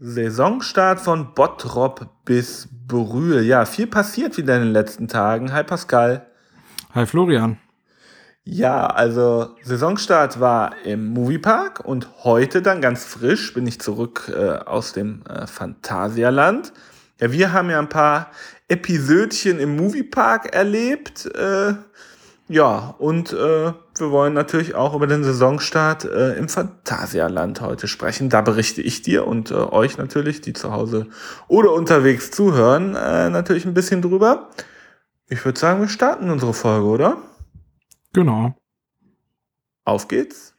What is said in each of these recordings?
Saisonstart von Bottrop bis Brühl. Ja, viel passiert wieder in den letzten Tagen. Hi Pascal. Hi Florian. Ja, also Saisonstart war im Moviepark und heute dann ganz frisch bin ich zurück aus dem Phantasialand. Ja, wir haben ja ein paar Episödchen im Moviepark erlebt. Ja, und wir wollen natürlich auch über den Saisonstart im Phantasialand heute sprechen. Da berichte ich dir und euch natürlich, die zu Hause oder unterwegs zuhören, natürlich ein bisschen drüber. Ich würde sagen, wir starten unsere Folge, oder? Genau. Auf geht's.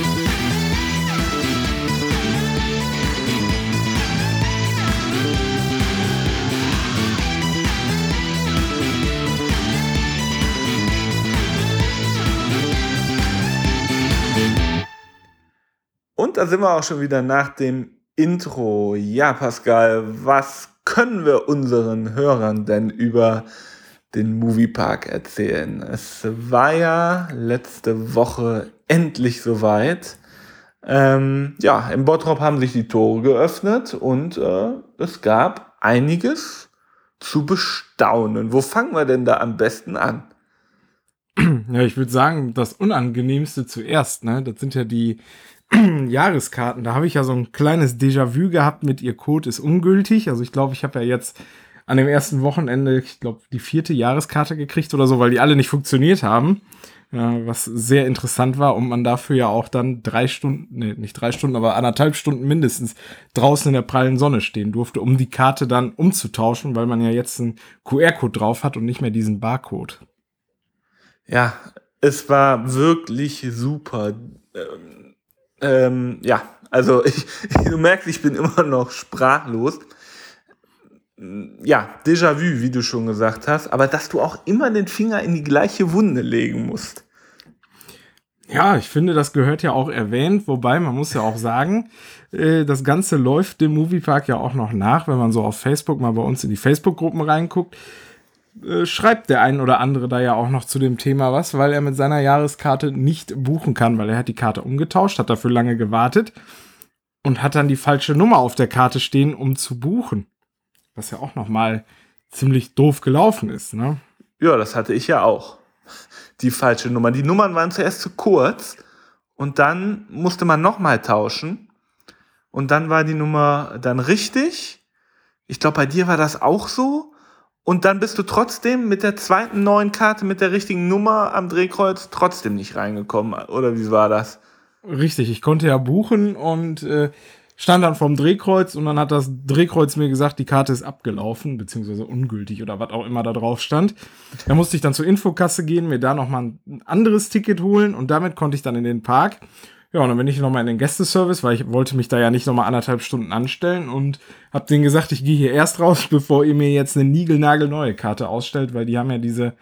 Und da sind wir auch schon wieder nach dem Intro. Ja, Pascal, was können wir unseren Hörern denn über den Moviepark erzählen? Es war ja letzte Woche endlich soweit. Ja, im Bottrop haben sich die Tore geöffnet und es gab einiges zu bestaunen. Wo fangen wir denn da am besten an? Ja, ich würde sagen, das Unangenehmste zuerst, ne? Das sind ja die Jahreskarten. Da habe ich ja so ein kleines Déjà-vu gehabt mit ihr Code ist ungültig. Also ich glaube, ich habe ja jetzt an dem ersten Wochenende, ich glaube, die 4. Jahreskarte gekriegt oder so, weil die alle nicht funktioniert haben. Was sehr interessant war und man dafür ja auch dann 3 Stunden, nee, nicht 3 Stunden, aber 1,5 Stunden mindestens draußen in der prallen Sonne stehen durfte, um die Karte dann umzutauschen, weil man ja jetzt einen QR-Code drauf hat und nicht mehr diesen Barcode. Ja, es war wirklich super. Ja, also du merkst, ich bin immer noch sprachlos. Ja, Déjà-vu, wie du schon gesagt hast, aber dass du auch immer den Finger in die gleiche Wunde legen musst. Ja, ich finde, das gehört ja auch erwähnt, wobei man muss ja auch sagen, das Ganze läuft dem Moviepark ja auch noch nach, wenn man so auf Facebook mal bei uns in die Facebook-Gruppen reinguckt, schreibt der ein oder andere da ja auch noch zu dem Thema was, weil er mit seiner Jahreskarte nicht buchen kann, weil er hat die Karte umgetauscht, hat dafür lange gewartet und hat dann die falsche Nummer auf der Karte stehen, um zu buchen. Was ja auch nochmal ziemlich doof gelaufen ist, ne? Ja, das hatte ich ja auch. Die falsche Nummer. Die Nummern waren zuerst zu kurz und dann musste man nochmal tauschen und dann war die Nummer dann richtig. Ich glaube, bei dir war das auch so. Und dann bist du trotzdem mit der zweiten neuen Karte mit der richtigen Nummer am Drehkreuz trotzdem nicht reingekommen. Oder wie war das? Richtig, ich konnte ja buchen und stand dann vorm Drehkreuz und dann hat das Drehkreuz mir gesagt, die Karte ist abgelaufen, beziehungsweise ungültig oder was auch immer da drauf stand. Da musste ich dann zur Infokasse gehen, mir da nochmal ein anderes Ticket holen und damit konnte ich dann in den Park. Ja, und dann bin ich nochmal in den Gästeservice, weil ich wollte mich da ja nicht nochmal 1,5 Stunden anstellen und hab denen gesagt, ich gehe hier erst raus, bevor ihr mir jetzt eine niegelnagelneue Karte ausstellt, weil die haben ja diese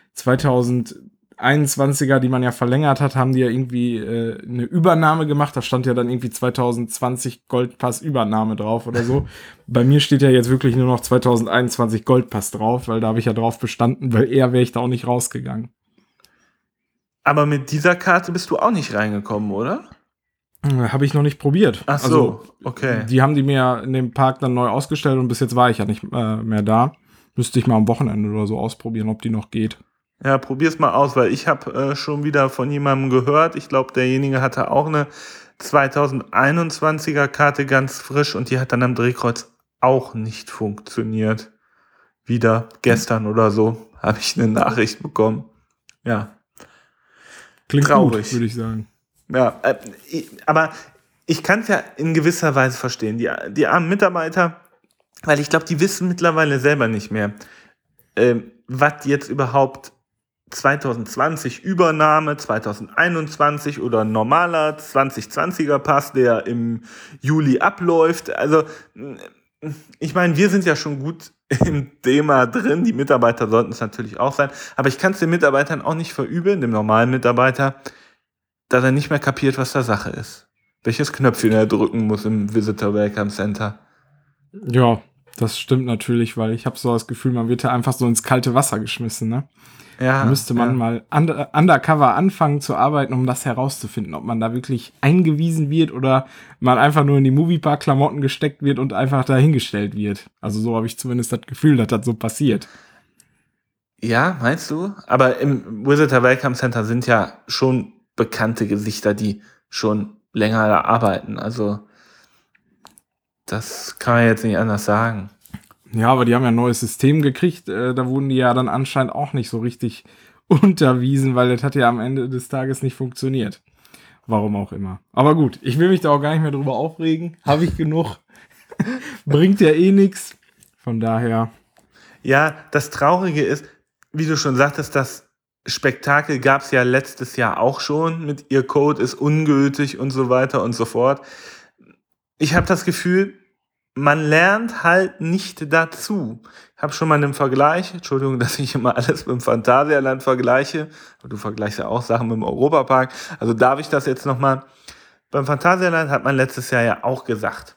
2021er, die man ja verlängert hat, haben die ja irgendwie eine Übernahme gemacht. Da stand ja dann irgendwie 2020 Goldpass Übernahme drauf oder so. Bei mir steht ja jetzt wirklich nur noch 2021 Goldpass drauf, weil da habe ich ja drauf bestanden, weil eher wäre ich da auch nicht rausgegangen. Aber mit dieser Karte bist du auch nicht reingekommen, oder? Habe ich noch nicht probiert. Ach so, also, okay. Die haben die mir in dem Park dann neu ausgestellt und bis jetzt war ich ja nicht mehr da. Müsste ich mal am Wochenende oder so ausprobieren, ob die noch geht. Ja, probier's mal aus, weil ich habe schon wieder von jemandem gehört. Ich glaube, derjenige hatte auch eine 2021er Karte ganz frisch und die hat dann am Drehkreuz auch nicht funktioniert. Wieder gestern oder so habe ich eine Nachricht bekommen. Ja. Klingt traurig, gut, würde ich sagen. Ja, aber ich kann es ja in gewisser Weise verstehen. Die armen Mitarbeiter, weil ich glaube, die wissen mittlerweile selber nicht mehr, was jetzt überhaupt 2020 Übernahme, 2021 oder ein normaler 2020er Pass, der im Juli abläuft. Also, ich meine, wir sind ja schon gut im Thema drin. Die Mitarbeiter sollten es natürlich auch sein. Aber ich kann es den Mitarbeitern auch nicht verübeln, dem normalen Mitarbeiter, dass er nicht mehr kapiert, was da Sache ist. Welches Knöpfchen er drücken muss im Visitor Welcome Center. Ja, Das stimmt natürlich, weil ich habe so das Gefühl, man wird da einfach so ins kalte Wasser geschmissen, ne? Ja, Da müsste man mal undercover anfangen zu arbeiten, um das herauszufinden, ob man da wirklich eingewiesen wird oder man einfach nur in die Moviepark-Klamotten gesteckt wird und einfach dahingestellt wird. Also so habe ich zumindest das Gefühl, dass das so passiert. Ja, meinst du? Aber im Wizarding Welcome Center sind ja schon bekannte Gesichter, die schon länger da arbeiten. Also das kann man jetzt nicht anders sagen. Ja, aber die haben ja ein neues System gekriegt. Da wurden die ja dann anscheinend auch nicht so richtig unterwiesen, weil das hat ja am Ende des Tages nicht funktioniert. Warum auch immer. Aber gut, ich will mich da auch gar nicht mehr drüber aufregen. Habe ich genug. Bringt ja eh nichts. Von daher. Ja, das Traurige ist, wie du schon sagtest, das Spektakel gab es ja letztes Jahr auch schon mit ihr Code ist ungültig und so weiter und so fort. Ich habe das Gefühl, man lernt halt nicht dazu. Ich habe schon mal einen Vergleich, Entschuldigung, dass ich immer alles mit dem Phantasialand vergleiche, aber du vergleichst ja auch Sachen mit dem Europapark, also darf ich das jetzt nochmal. Beim Phantasialand hat man letztes Jahr ja auch gesagt,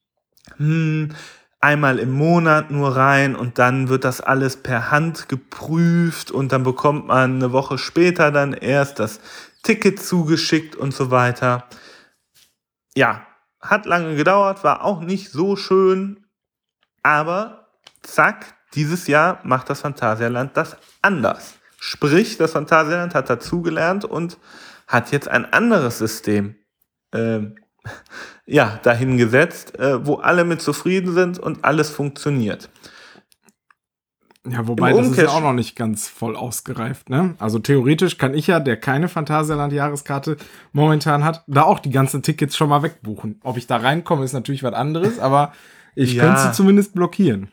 einmal im Monat nur rein und dann wird das alles per Hand geprüft und dann bekommt man eine Woche später dann erst das Ticket zugeschickt und so weiter. Ja, hat lange gedauert, war auch nicht so schön, aber zack, dieses Jahr macht das Phantasialand das anders. Sprich, das Phantasialand hat dazugelernt und hat jetzt ein anderes System dahingesetzt, wo alle mit zufrieden sind und alles funktioniert. Ja, wobei das ist ja auch noch nicht ganz voll ausgereift, ne? Also theoretisch kann ich ja, der keine Phantasialand-Jahreskarte momentan hat, da auch die ganzen Tickets schon mal wegbuchen. Ob ich da reinkomme, ist natürlich was anderes, aber ich könnte sie zumindest blockieren.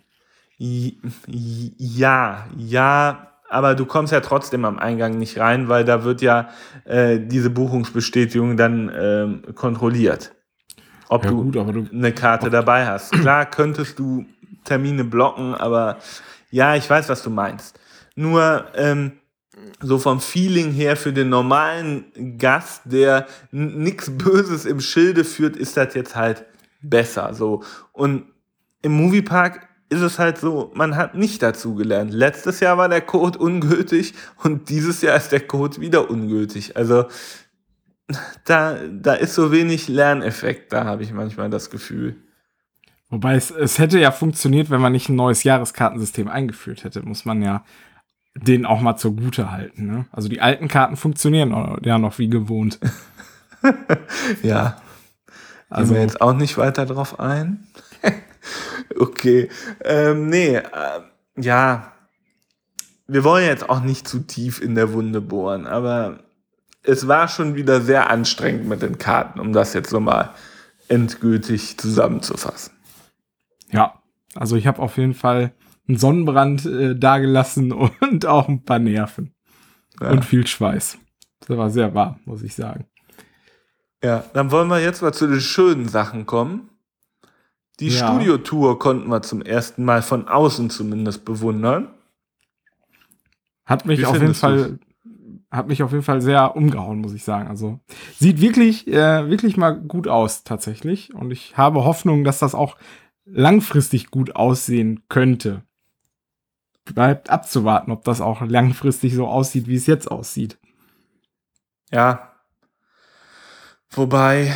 Ja, aber du kommst ja trotzdem am Eingang nicht rein, weil da wird ja diese Buchungsbestätigung dann kontrolliert. Ob du eine Karte dabei hast. Klar könntest du Termine blocken, aber ja, ich weiß, was du meinst. Nur so vom Feeling her für den normalen Gast, der nichts Böses im Schilde führt, ist das jetzt halt besser. So. Und im Moviepark ist es halt so, man hat nicht dazu gelernt. Letztes Jahr war der Code ungültig und dieses Jahr ist der Code wieder ungültig. Also da ist so wenig Lerneffekt, da habe ich manchmal das Gefühl. Wobei es hätte ja funktioniert, wenn man nicht ein neues Jahreskartensystem eingeführt hätte, muss man ja denen auch mal zugute halten. Ne? Also die alten Karten funktionieren ja noch wie gewohnt. Ja. Also gehen wir jetzt auch nicht weiter drauf ein. Okay. Ja. Wir wollen jetzt auch nicht zu tief in der Wunde bohren, aber es war schon wieder sehr anstrengend mit den Karten, um das jetzt nochmal endgültig zusammenzufassen. Ja, also ich habe auf jeden Fall einen Sonnenbrand dagelassen und auch ein paar Nerven. Ja. Und viel Schweiß. Das war sehr warm, muss ich sagen. Ja, dann wollen wir jetzt mal zu den schönen Sachen kommen. Die Studiotour konnten wir zum ersten Mal von außen zumindest bewundern. Hat mich auf jeden Fall sehr umgehauen, muss ich sagen. Also sieht wirklich mal gut aus tatsächlich. Und ich habe Hoffnung, dass das auch langfristig gut aussehen könnte. Bleibt abzuwarten, ob das auch langfristig so aussieht, wie es jetzt aussieht. Ja. Wobei,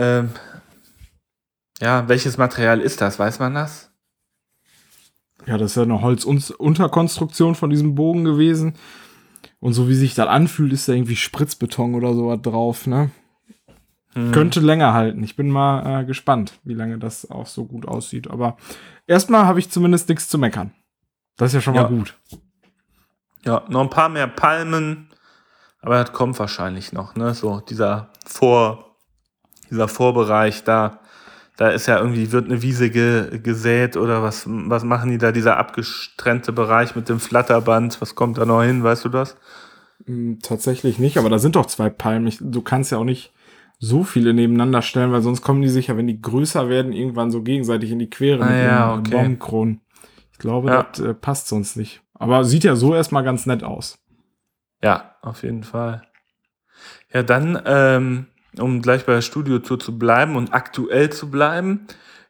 welches Material ist das? Weiß man das? Ja, das ist ja eine Holzunterkonstruktion von diesem Bogen gewesen. Und so wie sich das anfühlt, ist da irgendwie Spritzbeton oder sowas drauf, ne? Könnte länger halten. Ich bin mal gespannt, wie lange das auch so gut aussieht. Aber erstmal habe ich zumindest nichts zu meckern. Das ist ja schon mal gut. Ja, noch ein paar mehr Palmen. Aber das kommt wahrscheinlich noch, ne? So dieser Vorbereich, da ist ja irgendwie, wird eine Wiese gesät oder was machen die da? Dieser abgestrennte Bereich mit dem Flatterband, was kommt da noch hin, weißt du das? Tatsächlich nicht, aber da sind doch 2 Palmen. Du kannst ja auch nicht so viele nebeneinander stellen, weil sonst kommen die sich ja, wenn die größer werden, irgendwann so gegenseitig in die Quere mit den Baumkronen. Ich glaube, das passt sonst nicht. Aber sieht ja so erstmal ganz nett aus. Ja, auf jeden Fall. Ja, dann, um gleich bei der Studiotour zu bleiben und aktuell zu bleiben,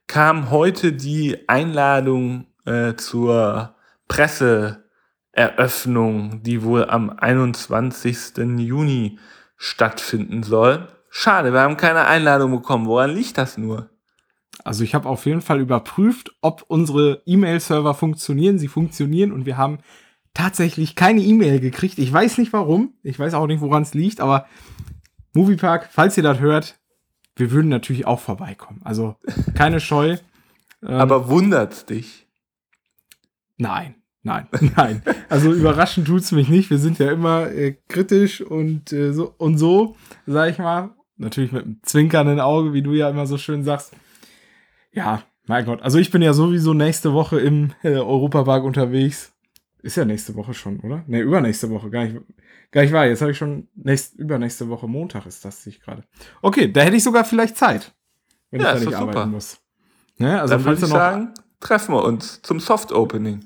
kam heute die Einladung zur Presseeröffnung, die wohl am 21. Juni stattfinden soll. Schade, wir haben keine Einladung bekommen. Woran liegt das nur? Also ich habe auf jeden Fall überprüft, ob unsere E-Mail-Server funktionieren. Sie funktionieren und wir haben tatsächlich keine E-Mail gekriegt. Ich weiß nicht warum. Ich weiß auch nicht, woran es liegt, aber Moviepark, falls ihr das hört, wir würden natürlich auch vorbeikommen. Also keine Scheu. Aber wundert's dich? Nein. Also überraschend tut's mich nicht. Wir sind ja immer kritisch und so, sag ich mal. Natürlich mit einem zwinkernden Auge, wie du ja immer so schön sagst. Ja, mein Gott. Also ich bin ja sowieso nächste Woche im Europapark unterwegs. Ist ja nächste Woche schon, oder? Ne, übernächste Woche. Gar nicht wahr. Jetzt habe ich schon übernächste Woche Montag ist das, sehe ich gerade. Okay, da hätte ich sogar vielleicht Zeit, wenn ich da nicht arbeiten muss. Ne? Also dann würde ich sagen, treffen wir uns zum Soft-Opening.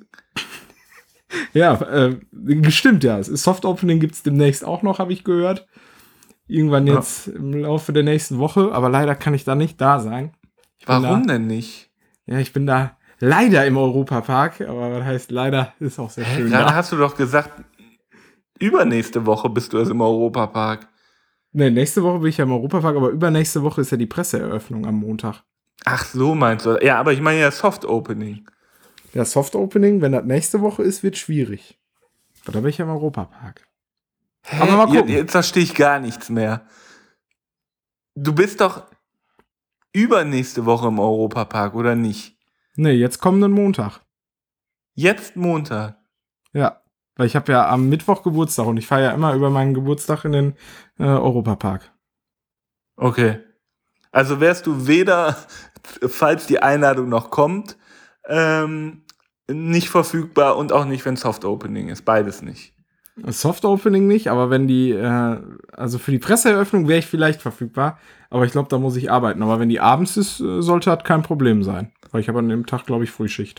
Ja, stimmt ja. Soft-Opening gibt es demnächst auch noch, habe ich gehört. Irgendwann jetzt im Laufe der nächsten Woche. Aber leider kann ich da nicht da sein. Warum denn nicht? Ja, ich bin da leider im Europapark. Aber was heißt leider, ist auch sehr schön. Gerade hast du doch gesagt, übernächste Woche bist du im Europapark. Ne, nächste Woche bin ich ja im Europapark, aber übernächste Woche ist ja die Presseeröffnung am Montag. Ach so, meinst du? Ja, aber ich meine ja Soft-Opening. Ja, Soft-Opening, wenn das nächste Woche ist, wird schwierig. Aber da bin ich ja im Europapark. Hä? Aber mal gucken. Jetzt verstehe ich gar nichts mehr. Du bist doch übernächste Woche im Europapark, oder nicht? Nee, jetzt kommenden Montag. Jetzt Montag? Ja, weil ich habe ja am Mittwoch Geburtstag und ich fahre ja immer über meinen Geburtstag in den Europapark. Okay. Also wärst du weder, falls die Einladung noch kommt, nicht verfügbar und auch nicht, wenn Soft-Opening ist. Beides nicht. Soft-Opening nicht, aber wenn also für die Presseeröffnung wäre ich vielleicht verfügbar, aber ich glaube, da muss ich arbeiten. Aber wenn die abends ist, sollte das kein Problem sein, weil ich habe an dem Tag, glaube ich, Frühschicht.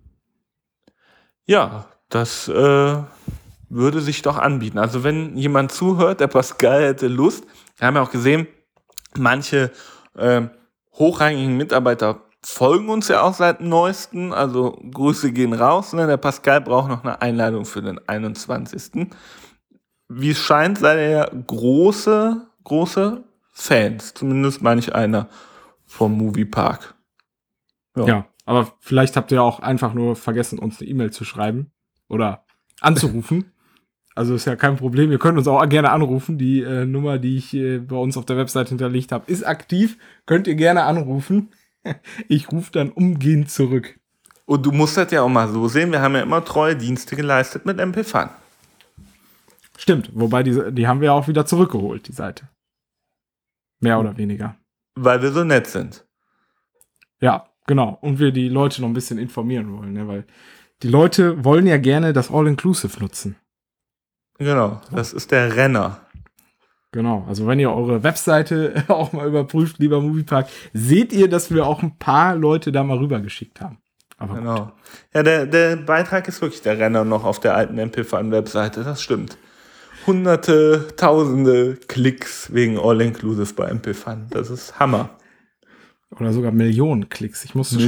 Ja, das würde sich doch anbieten. Also wenn jemand zuhört, der Pascal hätte Lust, wir haben ja auch gesehen, manche hochrangigen Mitarbeiter folgen uns ja auch seit dem Neuesten, also Grüße gehen raus. Ne? Der Pascal braucht noch eine Einladung für den 21. Wie es scheint, seid ihr ja große Fans, zumindest manch einer vom Moviepark. Ja, aber vielleicht habt ihr auch einfach nur vergessen, uns eine E-Mail zu schreiben oder anzurufen. Also ist ja kein Problem. Ihr könnt uns auch gerne anrufen. Die Nummer, die ich bei uns auf der Website hinterlegt habe, ist aktiv. Könnt ihr gerne anrufen. Ich rufe dann umgehend zurück. Und du musst das ja auch mal so sehen. Wir haben ja immer treue Dienste geleistet mit MP-Fun. Stimmt. Wobei die haben wir auch wieder zurückgeholt, die Seite. Mehr oder weniger. Weil wir so nett sind. Ja, genau. Und wir die Leute noch ein bisschen informieren wollen. Ne? Weil die Leute wollen ja gerne das All-Inclusive nutzen. Genau, das ist der Renner. Genau, also wenn ihr eure Webseite auch mal überprüft, lieber Moviepark, seht ihr, dass wir auch ein paar Leute da mal rübergeschickt haben. Aber genau. Gut. Ja, der Beitrag ist wirklich der Renner noch auf der alten MP-Fun-Webseite, das stimmt. Hunderte, Tausende Klicks wegen All-Inclusive bei MP-Fun, das ist Hammer. Oder sogar Millionen Klicks. Ich musste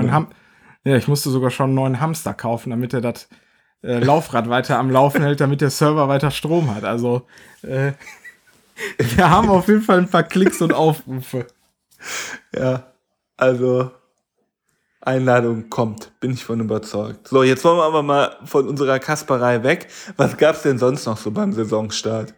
sogar schon einen neuen Hamster kaufen, damit er das Laufrad weiter am Laufen hält, damit der Server weiter Strom hat. Also wir haben auf jeden Fall ein paar Klicks und Aufrufe. Ja, also Einladung kommt, bin ich von überzeugt. So, jetzt wollen wir aber mal von unserer Kasperei weg. Was gab's denn sonst noch so beim Saisonstart?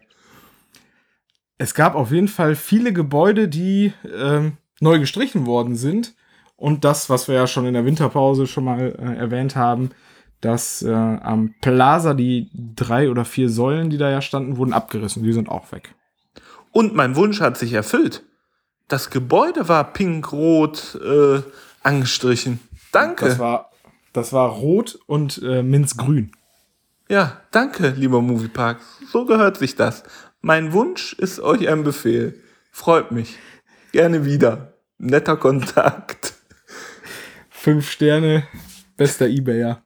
Es gab auf jeden Fall viele Gebäude, die neu gestrichen worden sind. Und das, was wir ja schon in der Winterpause schon mal erwähnt haben, dass am Plaza die 3 oder 4 Säulen, die da ja standen, wurden abgerissen. Die sind auch weg. Und mein Wunsch hat sich erfüllt. Das Gebäude war pink-rot angestrichen. Danke. Das war rot und minzgrün. Ja, danke, lieber Moviepark. So gehört sich das. Mein Wunsch ist euch ein Befehl. Freut mich. Gerne wieder. Netter Kontakt. 5 Sterne, bester Ebayer.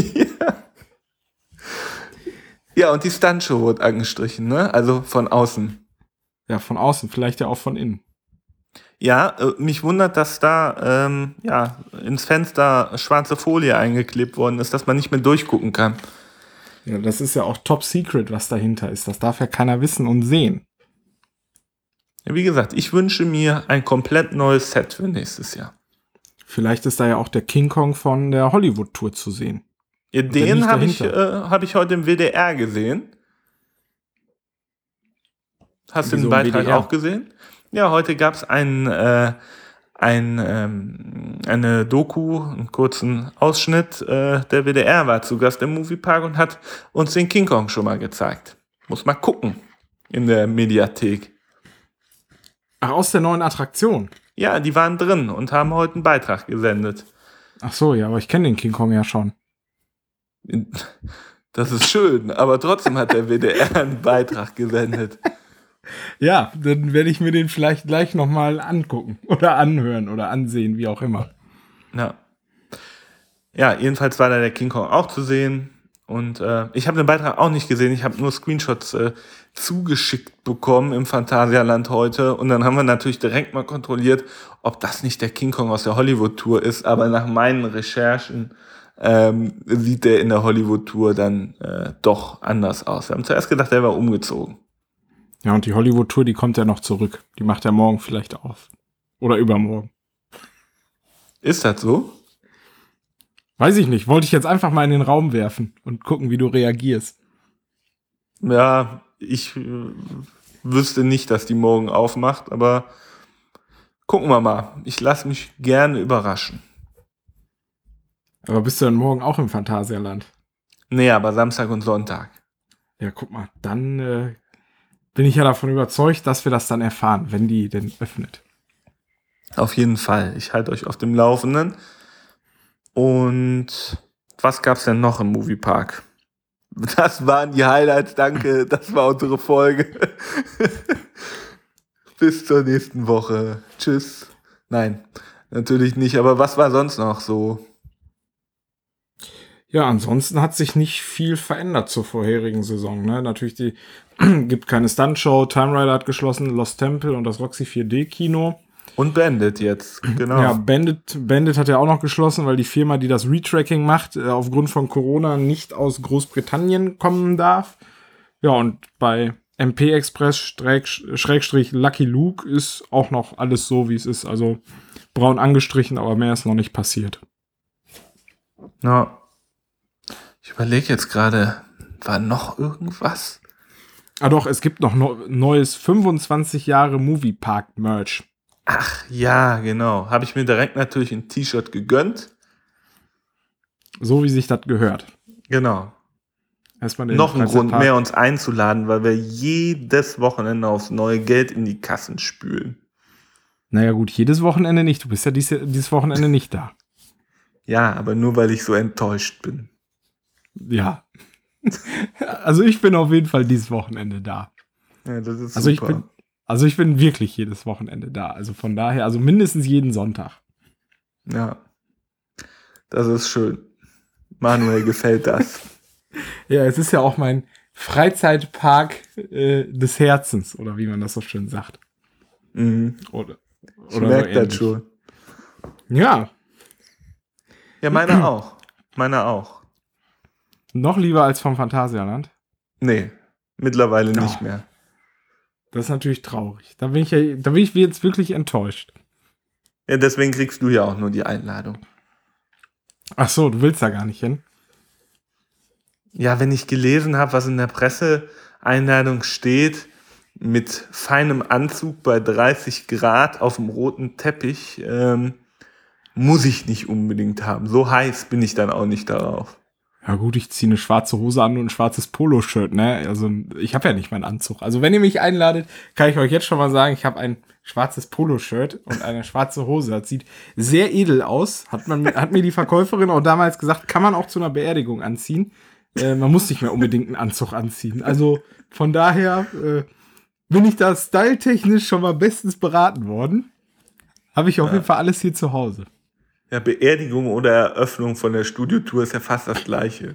Ja, und die Stuntshow wurde angestrichen, ne? Also von außen. Ja, von außen, vielleicht ja auch von innen. Ja, mich wundert, dass da ins Fenster schwarze Folie eingeklebt worden ist, dass man nicht mehr durchgucken kann. Ja, das ist ja auch top secret, was dahinter ist. Das darf ja keiner wissen und sehen. Ja, wie gesagt, ich wünsche mir ein komplett neues Set für nächstes Jahr. Vielleicht ist da ja auch der King Kong von der Hollywood-Tour zu sehen. Ja, den habe ich heute im WDR gesehen. Hast du den Beitrag auch gesehen? Ja, heute gab es eine Doku, einen kurzen Ausschnitt. Der WDR war zu Gast im Moviepark und hat uns den King Kong schon mal gezeigt. Muss mal gucken in der Mediathek. Ach, aus der neuen Attraktion? Ja, die waren drin und haben heute einen Beitrag gesendet. Ach so, ja, aber ich kenne den King Kong ja schon. Das ist schön, aber trotzdem hat der WDR einen Beitrag gesendet. Ja, dann werde ich mir den vielleicht gleich nochmal angucken oder anhören oder ansehen, wie auch immer. Ja, jedenfalls war da der King Kong auch zu sehen. Und ich habe den Beitrag auch nicht gesehen. Ich habe nur Screenshots zugeschickt bekommen im Phantasialand heute. Und dann haben wir natürlich direkt mal kontrolliert, ob das nicht der King Kong aus der Hollywood-Tour ist. Aber nach meinen Recherchen sieht der in der Hollywood-Tour dann doch anders aus. Wir haben zuerst gedacht, der war umgezogen. Ja, und die Hollywood-Tour, die kommt ja noch zurück. Die macht er morgen vielleicht auf. Oder übermorgen. Ist das so? Weiß ich nicht. Wollte ich jetzt einfach mal in den Raum werfen und gucken, wie du reagierst. Ja, ich wüsste nicht, dass die morgen aufmacht, aber gucken wir mal. Ich lasse mich gerne überraschen. Aber bist du dann morgen auch im Phantasialand? Nee, aber Samstag und Sonntag. Ja, guck mal, dann bin ich ja davon überzeugt, dass wir das dann erfahren, wenn die denn öffnet. Auf jeden Fall. Ich halte euch auf dem Laufenden. Und was gab's denn noch im Moviepark? Das waren die Highlights, danke. Das war unsere Folge. Bis zur nächsten Woche. Tschüss. Nein, natürlich nicht. Aber was war sonst noch so? Ja, ansonsten hat sich nicht viel verändert zur vorherigen Saison. Ne? Natürlich, gibt keine Stuntshow. Time Rider hat geschlossen, Lost Temple und das Roxy 4D-Kino. Und Bandit jetzt, genau. Ja, Bandit hat ja auch noch geschlossen, weil die Firma, die das Retracking macht, aufgrund von Corona nicht aus Großbritannien kommen darf. Ja, und bei MP Express Schrägstrich Lucky Luke ist auch noch alles so, wie es ist. Also braun angestrichen, aber mehr ist noch nicht passiert. Ja. Ich überlege jetzt gerade, war noch irgendwas? Ah doch, es gibt noch neues 25 Jahre Moviepark-Merch. Ach ja, genau. Habe ich mir direkt natürlich ein T-Shirt gegönnt. So wie sich das gehört. Genau. Erstmal noch ein Grund mehr, uns einzuladen, weil wir jedes Wochenende aufs neue Geld in die Kassen spülen. Naja gut, jedes Wochenende nicht. Du bist ja dieses Wochenende nicht da. Ja, aber nur, weil ich so enttäuscht bin. Ja. Also ich bin auf jeden Fall dieses Wochenende da. Ja, das ist super. Also ich bin wirklich jedes Wochenende da. Also von daher, also mindestens jeden Sonntag. Ja. Das ist schön. Manuel gefällt das. Ja, es ist ja auch mein Freizeitpark des Herzens, oder wie man das so schön sagt. Mhm. Oder ich merke das schon. Ja. Ja, meine auch. Meine auch. Noch lieber als vom Phantasialand? Nee, mittlerweile nicht mehr. Das ist natürlich traurig. Da bin ich jetzt wirklich enttäuscht. Ja, deswegen kriegst du ja auch nur die Einladung. Ach so, du willst da gar nicht hin? Ja, wenn ich gelesen habe, was in der Presseeinladung steht, mit feinem Anzug bei 30 Grad auf dem roten Teppich, muss ich nicht unbedingt haben. So heiß bin ich dann auch nicht darauf. Ja gut, ich ziehe eine schwarze Hose an und ein schwarzes Poloshirt, ne? Also ich habe ja nicht meinen Anzug. Also wenn ihr mich einladet, kann ich euch jetzt schon mal sagen, ich habe ein schwarzes Poloshirt und eine schwarze Hose. Das sieht sehr edel aus. Hat mir die Verkäuferin auch damals gesagt, kann man auch zu einer Beerdigung anziehen. Man muss nicht mehr unbedingt einen Anzug anziehen. Also von daher bin ich da styletechnisch schon mal bestens beraten worden. Habe ich auf jeden Fall alles hier zu Hause. Ja, Beerdigung oder Eröffnung von der Studiotour ist ja fast das Gleiche.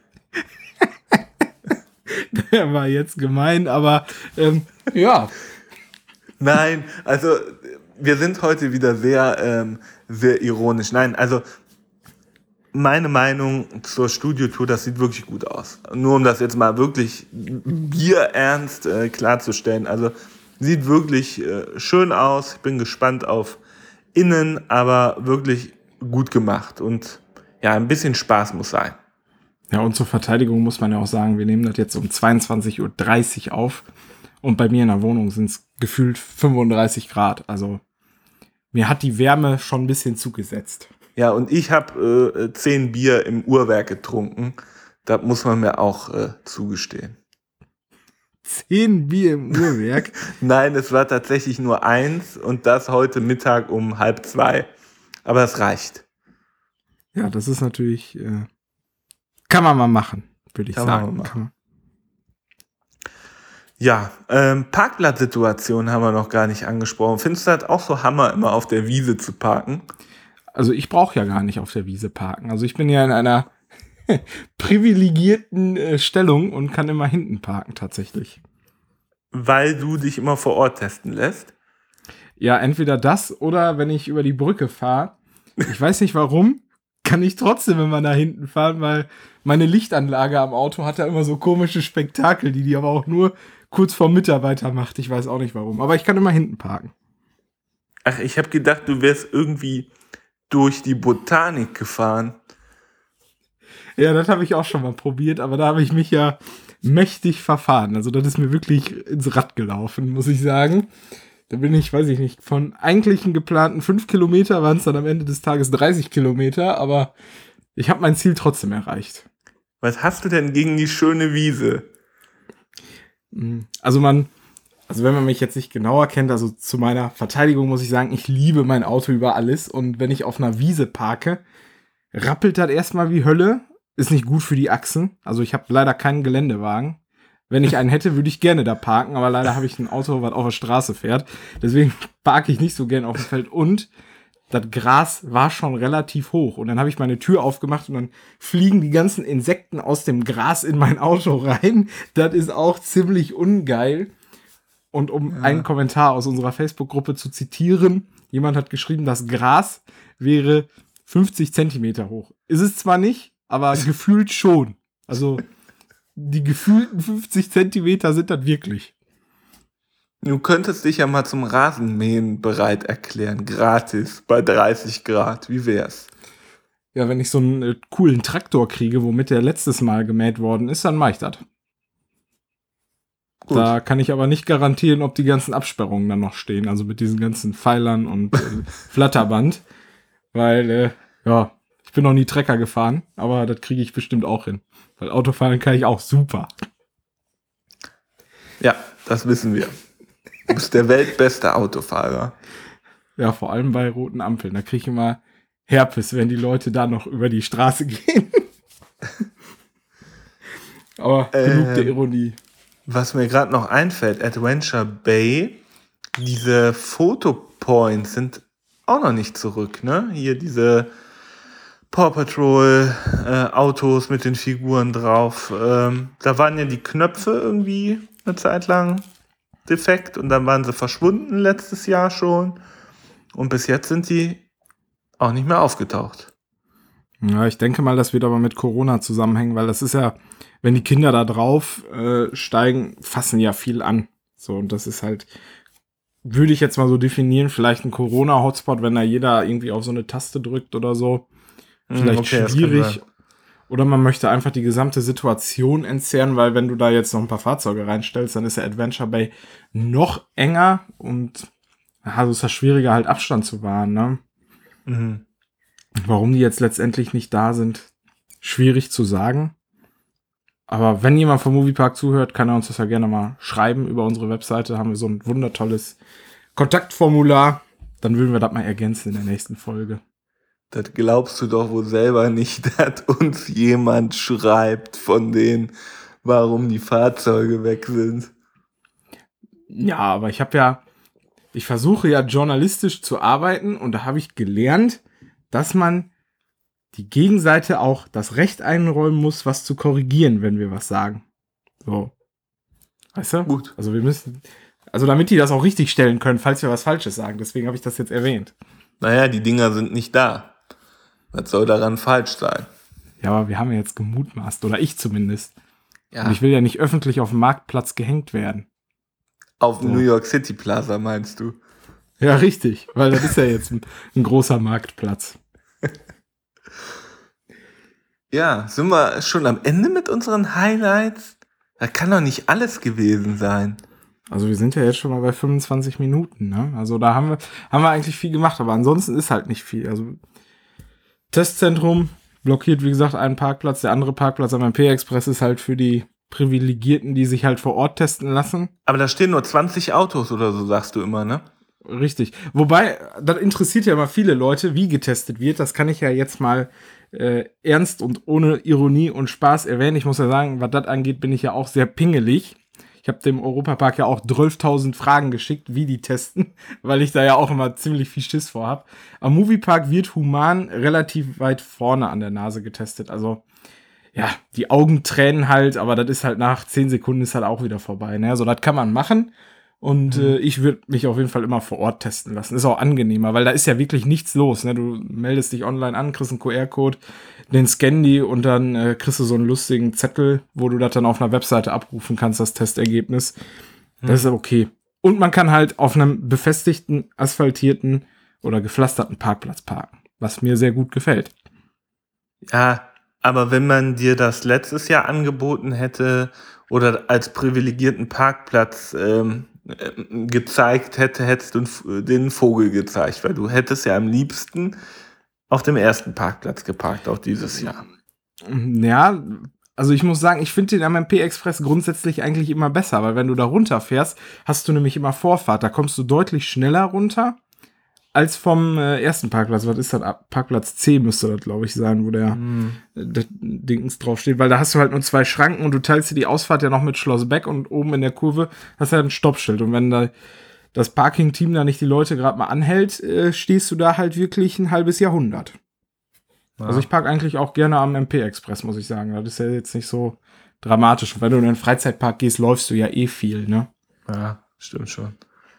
Der war jetzt gemein, aber ja. Nein, also wir sind heute wieder sehr ironisch. Nein, also meine Meinung zur Studiotour, das sieht wirklich gut aus. Nur um das jetzt mal wirklich bierernst klarzustellen. Also sieht wirklich schön aus. Ich bin gespannt auf innen, aber wirklich gut gemacht. Und ja, ein bisschen Spaß muss sein. Ja, und zur Verteidigung muss man ja auch sagen, wir nehmen das jetzt um 22:30 Uhr auf. Und bei mir in der Wohnung sind es gefühlt 35 Grad. Also mir hat die Wärme schon ein bisschen zugesetzt. Ja, und ich habe 10 Bier im Uhrwerk getrunken. Das muss man mir auch zugestehen. 10 Bier im Uhrwerk? Nein, es war tatsächlich nur 1 und das heute Mittag um 1:30. Aber es reicht. Ja, das ist natürlich, kann man mal machen, würde ich Kann sagen. man mal machen. Ja, Parkplatzsituation haben wir noch gar nicht angesprochen. Findest du das auch so Hammer, immer auf der Wiese zu parken? Also ich brauche ja gar nicht auf der Wiese parken. Also ich bin ja in einer privilegierten Stellung und kann immer hinten parken tatsächlich. Weil du dich immer vor Ort testen lässt? Ja, entweder das oder wenn ich über die Brücke fahre. Ich weiß nicht warum, kann ich trotzdem immer nach hinten fahren, weil meine Lichtanlage am Auto hat da immer so komische Spektakel, die aber auch nur kurz vor Mitarbeiter macht. Ich weiß auch nicht warum, aber ich kann immer hinten parken. Ach, ich habe gedacht, du wärst irgendwie durch die Botanik gefahren. Ja, das habe ich auch schon mal probiert, aber da habe ich mich ja mächtig verfahren. Also das ist mir wirklich ins Rad gelaufen, muss ich sagen. Da bin ich, weiß ich nicht, von eigentlichen geplanten 5 Kilometer waren es dann am Ende des Tages 30 Kilometer, aber ich habe mein Ziel trotzdem erreicht. Was hast du denn gegen die schöne Wiese? Also wenn man mich jetzt nicht genauer kennt, also zu meiner Verteidigung muss ich sagen, ich liebe mein Auto über alles und wenn ich auf einer Wiese parke, rappelt das erstmal wie Hölle. Ist nicht gut für die Achsen. Also ich habe leider keinen Geländewagen. Wenn ich einen hätte, würde ich gerne da parken, aber leider habe ich ein Auto, was auf der Straße fährt. Deswegen parke ich nicht so gern auf dem Feld. Und das Gras war schon relativ hoch. Und dann habe ich meine Tür aufgemacht und dann fliegen die ganzen Insekten aus dem Gras in mein Auto rein. Das ist auch ziemlich ungeil. Und um einen Kommentar aus unserer Facebook-Gruppe zu zitieren, jemand hat geschrieben, das Gras wäre 50 Zentimeter hoch. Ist es zwar nicht, aber gefühlt schon. Also die gefühlten 50 Zentimeter sind das wirklich. Du könntest dich ja mal zum Rasenmähen bereit erklären, gratis, bei 30 Grad. Wie wär's? Ja, wenn ich so einen coolen Traktor kriege, womit der letztes Mal gemäht worden ist, dann mach ich das. Gut. Da kann ich aber nicht garantieren, ob die ganzen Absperrungen dann noch stehen, also mit diesen ganzen Pfeilern und Flatterband. Weil, ich bin noch nie Trecker gefahren, aber das kriege ich bestimmt auch hin. Weil Autofahren kann ich auch super. Ja, das wissen wir. Du bist der weltbeste Autofahrer. Ja, vor allem bei roten Ampeln. Da kriege ich immer Herpes, wenn die Leute da noch über die Straße gehen. Aber genug der Ironie. Was mir gerade noch einfällt, Adventure Bay, diese Fotopoints sind auch noch nicht zurück, ne? Hier diese Paw Patrol Autos mit den Figuren drauf. Da waren ja die Knöpfe irgendwie eine Zeit lang defekt und dann waren sie verschwunden letztes Jahr schon. Und bis jetzt sind die auch nicht mehr aufgetaucht. Ja, ich denke mal, das wird aber mit Corona zusammenhängen, weil das ist ja, wenn die Kinder da drauf steigen, fassen ja viel an. So, und das ist halt, würde ich jetzt mal so definieren, vielleicht ein Corona-Hotspot, wenn da jeder irgendwie auf so eine Taste drückt oder so. Vielleicht schwierig. Oder man möchte einfach die gesamte Situation entzerren, weil wenn du da jetzt noch ein paar Fahrzeuge reinstellst, dann ist der Adventure Bay noch enger und also ist das schwieriger, halt Abstand zu wahren, ne? Mhm. Warum die jetzt letztendlich nicht da sind, schwierig zu sagen. Aber wenn jemand vom Moviepark zuhört, kann er uns das ja gerne mal schreiben. Über unsere Webseite haben wir so ein wundertolles Kontaktformular. Dann würden wir das mal ergänzen in der nächsten Folge. Das glaubst du doch wohl selber nicht, dass uns jemand schreibt von denen, warum die Fahrzeuge weg sind. Ja, aber ich versuche ja journalistisch zu arbeiten und da habe ich gelernt, dass man die Gegenseite auch das Recht einräumen muss, was zu korrigieren, wenn wir was sagen. So. Weißt du? Gut. Also wir müssen, Also damit die das auch richtig stellen können, falls wir was Falsches sagen. Deswegen habe ich das jetzt erwähnt. Naja, die Dinger sind nicht da. Was soll daran falsch sein? Ja, aber wir haben ja jetzt gemutmaßt, oder ich zumindest. Ja. Und ich will ja nicht öffentlich auf dem Marktplatz gehängt werden. Auf dem New York City Plaza meinst du? Ja, richtig, weil das ist ja jetzt ein großer Marktplatz. Ja, sind wir schon am Ende mit unseren Highlights? Das kann doch nicht alles gewesen sein. Also wir sind ja jetzt schon mal bei 25 Minuten, ne? Also da haben wir eigentlich viel gemacht, aber ansonsten ist halt nicht viel. Also Testzentrum blockiert, wie gesagt, einen Parkplatz. Der andere Parkplatz am MP-Express ist halt für die Privilegierten, die sich halt vor Ort testen lassen. Aber da stehen nur 20 Autos oder so, sagst du immer, ne? Richtig. Wobei, das interessiert ja immer viele Leute, wie getestet wird. Das kann ich ja jetzt mal ernst und ohne Ironie und Spaß erwähnen. Ich muss ja sagen, was das angeht, bin ich ja auch sehr pingelig. Ich habe dem Europapark ja auch 12.000 Fragen geschickt, wie die testen, weil ich da ja auch immer ziemlich viel Schiss vor habe. Am Moviepark wird human relativ weit vorne an der Nase getestet. Also, ja, die Augen tränen halt, aber das ist halt nach 10 Sekunden ist halt auch wieder vorbei. Ne? Also, das kann man machen. Und ich würde mich auf jeden Fall immer vor Ort testen lassen. Ist auch angenehmer, weil da ist ja wirklich nichts los. Ne? Du meldest dich online an, kriegst einen QR-Code, den scannen die und dann kriegst du so einen lustigen Zettel, wo du das dann auf einer Webseite abrufen kannst, das Testergebnis. Das ist okay. Und man kann halt auf einem befestigten, asphaltierten oder gepflasterten Parkplatz parken, was mir sehr gut gefällt. Ja, aber wenn man dir das letztes Jahr angeboten hätte oder als privilegierten Parkplatz gezeigt hätte, hättest du den Vogel gezeigt, weil du hättest ja am liebsten auf dem ersten Parkplatz geparkt, auch dieses Jahr. Ja, also ich muss sagen, ich finde den am MP-Express grundsätzlich eigentlich immer besser, weil wenn du da runterfährst, hast du nämlich immer Vorfahrt. Da kommst du deutlich schneller runter als vom ersten Parkplatz. Was ist das? Parkplatz C müsste das, glaube ich, sein, wo der Dingens draufsteht. Weil da hast du halt nur 2 Schranken und du teilst dir die Ausfahrt ja noch mit Schloss Beck und oben in der Kurve hast du halt ein Stoppschild. Und wenn da das Parking-Team da nicht die Leute gerade mal anhält, stehst du da halt wirklich ein halbes Jahrhundert. Ja. Also ich parke eigentlich auch gerne am MP-Express, muss ich sagen. Das ist ja jetzt nicht so dramatisch. Und wenn du in einen Freizeitpark gehst, läufst du ja eh viel, ne? Ja, stimmt schon.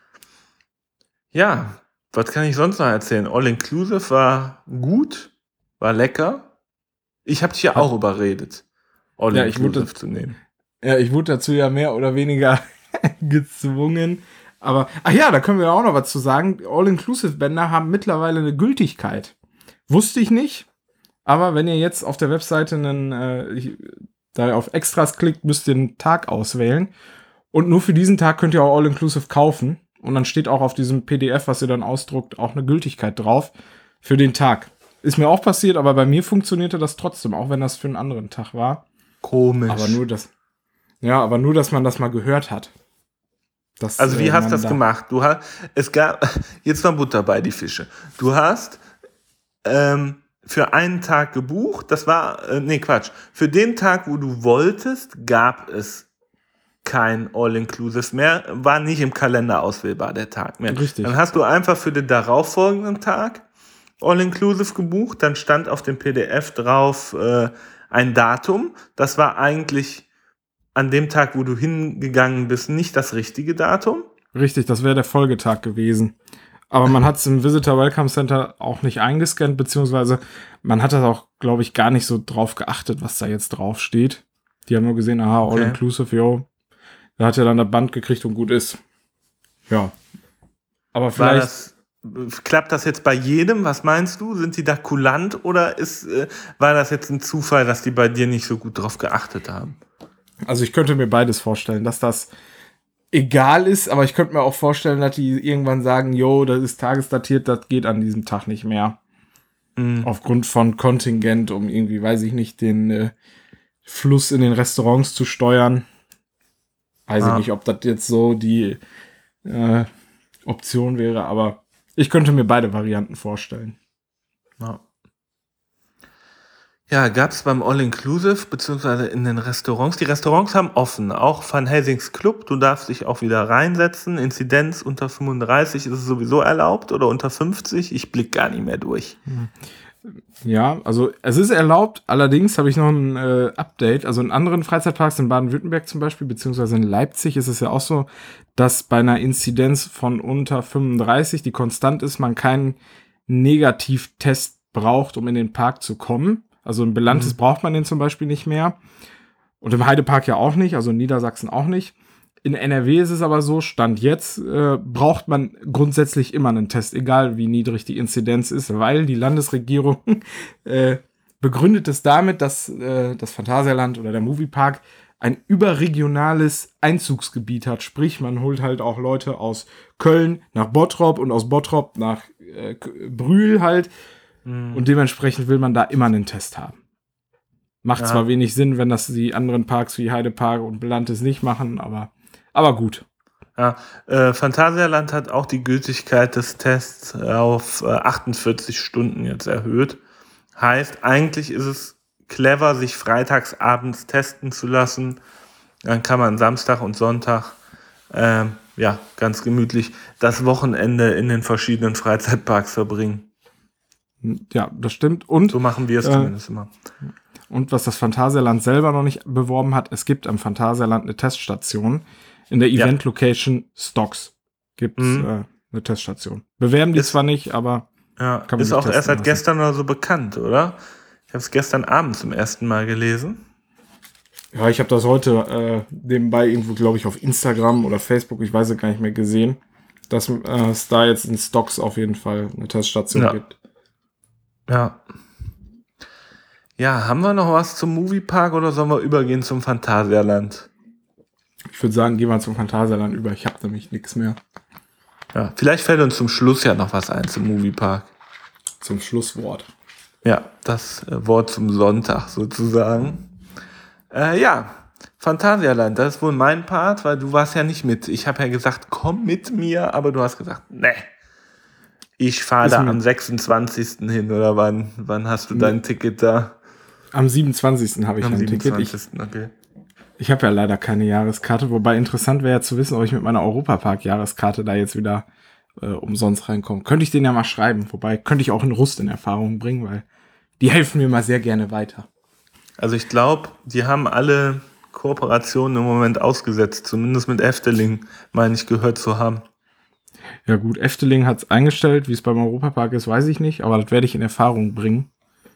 Ja, was kann ich sonst noch erzählen? All-Inclusive war gut, war lecker. Ich habe dich ja auch überredet, All-Inclusive zu nehmen. Ja, ich wurde dazu ja mehr oder weniger gezwungen. Aber, ach ja, da können wir auch noch was zu sagen. All-Inclusive-Bänder haben mittlerweile eine Gültigkeit. Wusste ich nicht. Aber wenn ihr jetzt auf der Webseite da auf Extras klickt, müsst ihr einen Tag auswählen. Und nur für diesen Tag könnt ihr auch All-Inclusive kaufen. Und dann steht auch auf diesem PDF, was ihr dann ausdruckt, auch eine Gültigkeit drauf für den Tag. Ist mir auch passiert, aber bei mir funktionierte das trotzdem, auch wenn das für einen anderen Tag war. Komisch. Aber nur, dass man das mal gehört hat. Also wie hast du das gemacht? Jetzt war Butter bei die Fische. Du hast für einen Tag gebucht, für den Tag, wo du wolltest, gab es kein All-Inclusive mehr, war nicht im Kalender auswählbar, der Tag mehr. Richtig. Dann hast du einfach für den darauffolgenden Tag All-Inclusive gebucht, dann stand auf dem PDF drauf ein Datum. Das war eigentlich an dem Tag, wo du hingegangen bist, nicht das richtige Datum. Richtig, das wäre der Folgetag gewesen. Aber man hat es im Visitor Welcome Center auch nicht eingescannt, beziehungsweise man hat das auch, glaube ich, gar nicht so drauf geachtet, was da jetzt drauf steht. Die haben nur gesehen, aha, All-Inclusive, jo. Da hat er dann das Band gekriegt und gut ist. Ja. Aber vielleicht... Klappt das jetzt bei jedem? Was meinst du? Sind die da kulant oder war das jetzt ein Zufall, dass die bei dir nicht so gut drauf geachtet haben? Also ich könnte mir beides vorstellen, dass das egal ist, aber ich könnte mir auch vorstellen, dass die irgendwann sagen, jo, das ist tagesdatiert, das geht an diesem Tag nicht mehr. Aufgrund von Kontingent, um irgendwie, weiß ich nicht, den Fluss in den Restaurants zu steuern. Weiß ich nicht, ob das jetzt so die Option wäre, aber ich könnte mir beide Varianten vorstellen. Ja, gab es beim All-Inclusive, beziehungsweise in den Restaurants. Die Restaurants haben offen, auch Van Helsings Club. Du darfst dich auch wieder reinsetzen. Inzidenz unter 35 ist es sowieso erlaubt oder unter 50. Ich blick gar nicht mehr durch. Ja, also es ist erlaubt, allerdings habe ich noch ein Update. Also in anderen Freizeitparks in Baden-Württemberg zum Beispiel, beziehungsweise in Leipzig ist es ja auch so, dass bei einer Inzidenz von unter 35, die konstant ist, man keinen Negativtest braucht, um in den Park zu kommen. Also ein Belantes braucht man den zum Beispiel nicht mehr. Und im Heidepark ja auch nicht, also in Niedersachsen auch nicht. In NRW ist es aber so, Stand jetzt braucht man grundsätzlich immer einen Test, egal wie niedrig die Inzidenz ist, weil die Landesregierung begründet es damit, dass das Phantasialand oder der Moviepark ein überregionales Einzugsgebiet hat. Sprich, man holt halt auch Leute aus Köln nach Bottrop und aus Bottrop nach Brühl halt. Und dementsprechend will man da immer einen Test haben. Macht zwar wenig Sinn, wenn das die anderen Parks wie Heidepark und Belantes nicht machen, aber gut. Ja, Phantasialand hat auch die Gültigkeit des Tests auf 48 Stunden jetzt erhöht. Heißt, eigentlich ist es clever, sich freitags abends testen zu lassen. Dann kann man Samstag und Sonntag ganz gemütlich das Wochenende in den verschiedenen Freizeitparks verbringen. Ja, das stimmt. Und so machen wir es zumindest immer. Und was das Phantasialand selber noch nicht beworben hat, es gibt am Phantasialand eine Teststation. In der Event-Location Stocks gibt es eine Teststation. Bewerben die zwar nicht, aber kann man ist auch erst seit gestern oder so bekannt, oder? Ich habe es gestern Abend zum ersten Mal gelesen. Ja, ich habe das heute nebenbei irgendwo, glaube ich, auf Instagram oder Facebook, ich weiß es gar nicht mehr, gesehen, dass es da jetzt in Stocks auf jeden Fall eine Teststation gibt. Ja. Ja, haben wir noch was zum Moviepark oder sollen wir übergehen zum Phantasialand? Ich würde sagen, gehen wir zum Phantasialand über. Ich habe nämlich nichts mehr. Ja, vielleicht fällt uns zum Schluss ja noch was ein zum Moviepark. Zum Schlusswort. Ja, das Wort zum Sonntag sozusagen. Phantasialand, das ist wohl mein Part, weil du warst ja nicht mit. Ich habe ja gesagt, komm mit mir, aber du hast gesagt, ne. Ich fahre da am 26. hin, oder wann hast du dein Ticket da? Am 27. habe ich ein Ticket. Ich habe ja leider keine Jahreskarte, wobei interessant wäre ja zu wissen, ob ich mit meiner Europapark-Jahreskarte da jetzt wieder umsonst reinkomme. Könnte ich denen ja mal schreiben, wobei könnte ich auch in Rust in Erfahrung bringen, weil die helfen mir mal sehr gerne weiter. Also ich glaube, die haben alle Kooperationen im Moment ausgesetzt, zumindest mit Efteling, meine ich, gehört zu haben. Ja gut, Efteling hat es eingestellt, wie es beim Europapark ist, weiß ich nicht, aber das werde ich in Erfahrung bringen.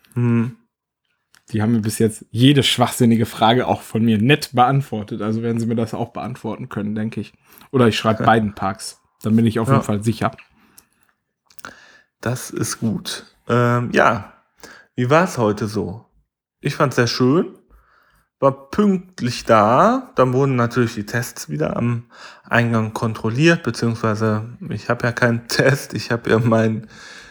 Die haben mir bis jetzt jede schwachsinnige Frage auch von mir nett beantwortet, also werden sie mir das auch beantworten können, denke ich. Oder ich schreibe beiden Parks, dann bin ich auf jeden Fall sicher. Das ist gut. Wie war es heute so? Ich fand es sehr schön. War pünktlich da. Dann wurden natürlich die Tests wieder am Eingang kontrolliert, beziehungsweise ich habe ja keinen Test, ich habe ja meinen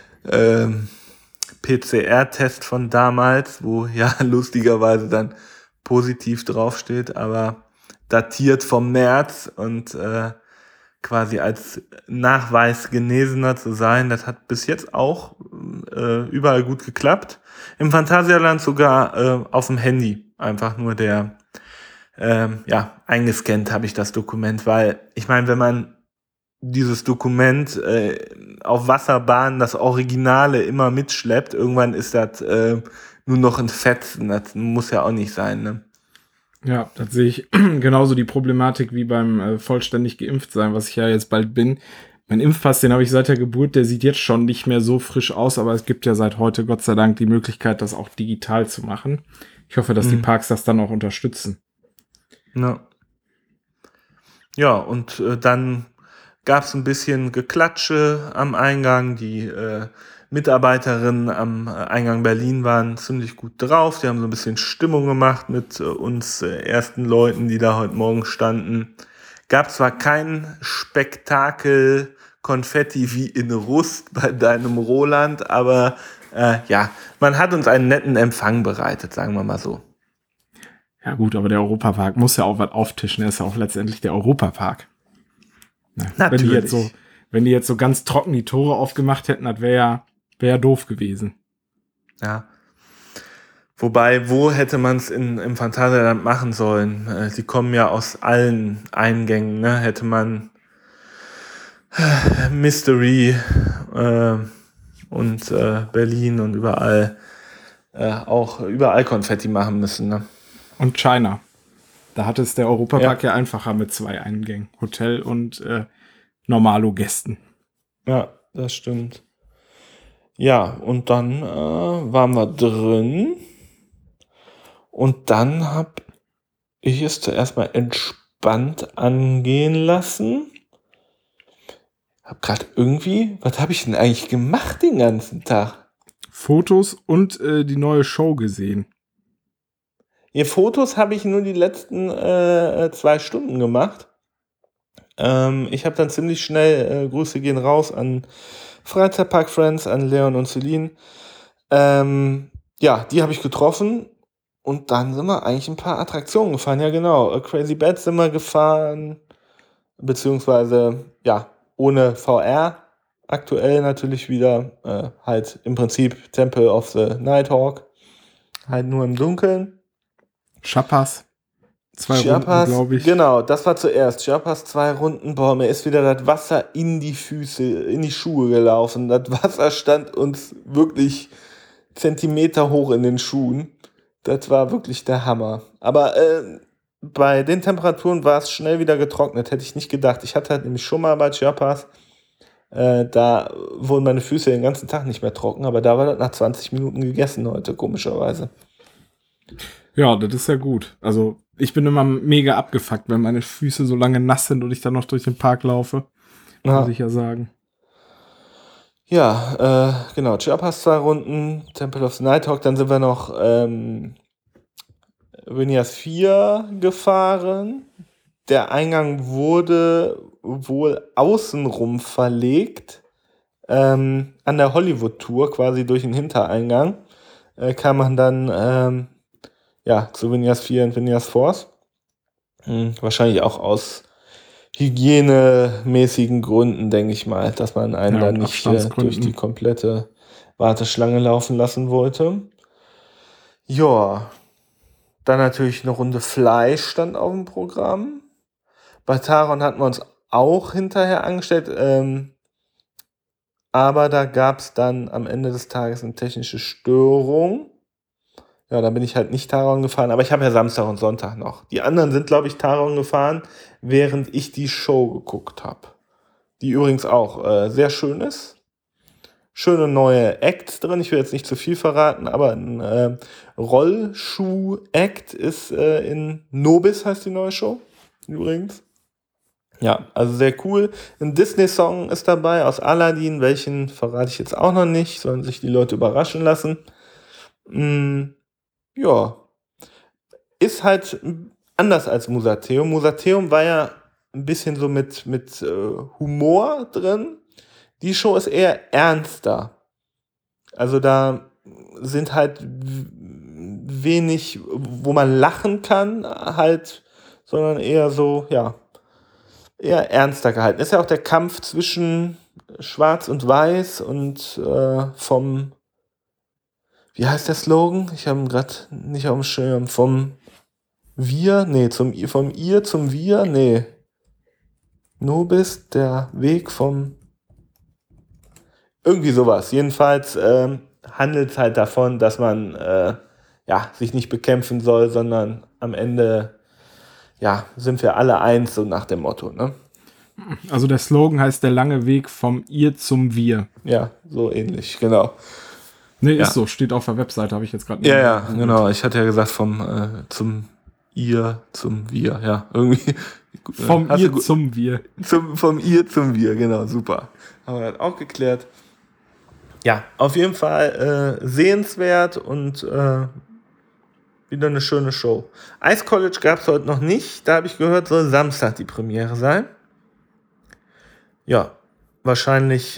PCR-Test von damals, wo ja lustigerweise dann positiv draufsteht, aber datiert vom März und quasi als Nachweis Genesener zu sein. Das hat bis jetzt auch überall gut geklappt. Im Phantasialand sogar auf dem Handy. Einfach nur eingescannt habe ich das Dokument, weil ich meine, wenn man dieses Dokument auf Wasserbahnen, das Originale immer mitschleppt, irgendwann ist das nur noch ein Fetzen. Das muss ja auch nicht sein, ne? Ja, das sehe ich genauso die Problematik wie beim vollständig geimpft sein, was ich ja jetzt bald bin. Mein Impfpass, den habe ich seit der Geburt, der sieht jetzt schon nicht mehr so frisch aus, aber es gibt ja seit heute Gott sei Dank die Möglichkeit, das auch digital zu machen. Ich hoffe, dass die Parks das dann auch unterstützen. Ja, und dann gab es ein bisschen Geklatsche am Eingang. Die Mitarbeiterinnen am Eingang Berlin waren ziemlich gut drauf. Die haben so ein bisschen Stimmung gemacht mit uns ersten Leuten, die da heute Morgen standen. Gab zwar kein Spektakel Konfetti wie in Rust bei deinem Roland, aber man hat uns einen netten Empfang bereitet, sagen wir mal so. Ja gut, aber der Europapark muss ja auch was auftischen. Er ist ja auch letztendlich der Europapark. Natürlich. Wenn die jetzt so ganz trocken die Tore aufgemacht hätten, das wäre ja doof gewesen. Ja. Wobei, wo hätte man es im Phantasialand machen sollen? Die kommen ja aus allen Eingängen, ne? Hätte man Mystery und Berlin und überall auch überall Konfetti machen müssen. Ne? Und China. Da hat es der Europapark ja einfacher mit 2 Eingängen. Hotel und Normalo-Gästen. Ja, das stimmt. Ja, und dann waren wir drin. Und dann habe ich es zuerst mal entspannt angehen lassen. Hab gerade irgendwie, was habe ich denn eigentlich gemacht den ganzen Tag? Fotos und die neue Show gesehen. Ihr Fotos habe ich nur die letzten 2 Stunden gemacht. Ich habe dann ziemlich schnell, Grüße gehen raus an Freizeitpark Friends, an Leon und Celine. Ja, die habe ich getroffen und dann sind wir eigentlich ein paar Attraktionen gefahren. Ja, genau. Crazy Bad sind wir gefahren, beziehungsweise, ja, ohne VR. Aktuell natürlich wieder, halt im Prinzip Temple of the Nighthawk. Halt nur im Dunkeln. Chiapas. 2 Runden, Chiapas, glaube ich. genau, das war zuerst. Chiapas 2 Runden, boah, mir ist wieder das Wasser in die Füße, in die Schuhe gelaufen. Das Wasser stand uns wirklich Zentimeter hoch in den Schuhen. Das war wirklich der Hammer. Aber bei den Temperaturen war es schnell wieder getrocknet, hätte ich nicht gedacht. Ich hatte halt nämlich schon mal bei Chiapas, da wurden meine Füße den ganzen Tag nicht mehr trocken, aber da war das nach 20 Minuten gegessen heute, komischerweise. Ja, das ist ja gut. Also, ich bin immer mega abgefuckt, wenn meine Füße so lange nass sind und ich dann noch durch den Park laufe. Muss ich ja sagen. Ja, genau, Chiapas 2 Runden, Temple of the Nighthawk, dann sind wir noch Venias 4 gefahren. Der Eingang wurde wohl außenrum verlegt, an der Hollywood-Tour, quasi durch den Hintereingang, kam man dann ja, zu Venias 4 und Venias Force. Wahrscheinlich auch aus hygienemäßigen Gründen, denke ich mal, dass man einen dann nicht durch die komplette Warteschlange laufen lassen wollte. Ja, dann natürlich eine Runde Fleisch stand auf dem Programm. Bei Taron hatten wir uns auch hinterher angestellt, aber da gab es dann am Ende des Tages eine technische Störung. Ja, da bin ich halt nicht Taron gefahren, aber ich habe ja Samstag und Sonntag noch. Die anderen sind, glaube ich, Taron gefahren, während ich die Show geguckt habe. Die übrigens auch sehr schön ist. Schöne neue Acts drin. Ich will jetzt nicht zu viel verraten, aber ein Rollschuh-Act ist in Nobis, heißt die neue Show. Übrigens. Ja, also sehr cool. Ein Disney-Song ist dabei aus Aladdin. Welchen verrate ich jetzt auch noch nicht. Sollen sich die Leute überraschen lassen. Ja. Ist halt anders als Musateum. Musateum war ja ein bisschen so mit Humor drin. Die Show ist eher ernster. Also da sind halt wenig, wo man lachen kann, halt, sondern eher so, ja, eher ernster gehalten. Ist ja auch der Kampf zwischen Schwarz und Weiß und wie heißt der Slogan? Ich habe ihn gerade nicht auf dem Schirm. Vom Ihr zum Wir, nee. Nobis, der Weg vom irgendwie sowas. Jedenfalls handelt es halt davon, dass man ja, sich nicht bekämpfen soll, sondern am Ende ja, sind wir alle eins, so nach dem Motto. Ne? Also der Slogan heißt der lange Weg vom Ihr zum Wir. Ja, so ähnlich, genau. Nee, ja. Ist so, steht auf der Webseite, habe ich jetzt gerade nicht. Ja, genau. Ich hatte ja gesagt vom zum Ihr zum Wir, ja, irgendwie. Vom Ihr zum Wir. Vom Ihr zum Wir, genau, super. Haben wir das auch geklärt. Ja, auf jeden Fall sehenswert und wieder eine schöne Show. Ice College gab es heute noch nicht. Da habe ich gehört, soll Samstag die Premiere sein. Ja, wahrscheinlich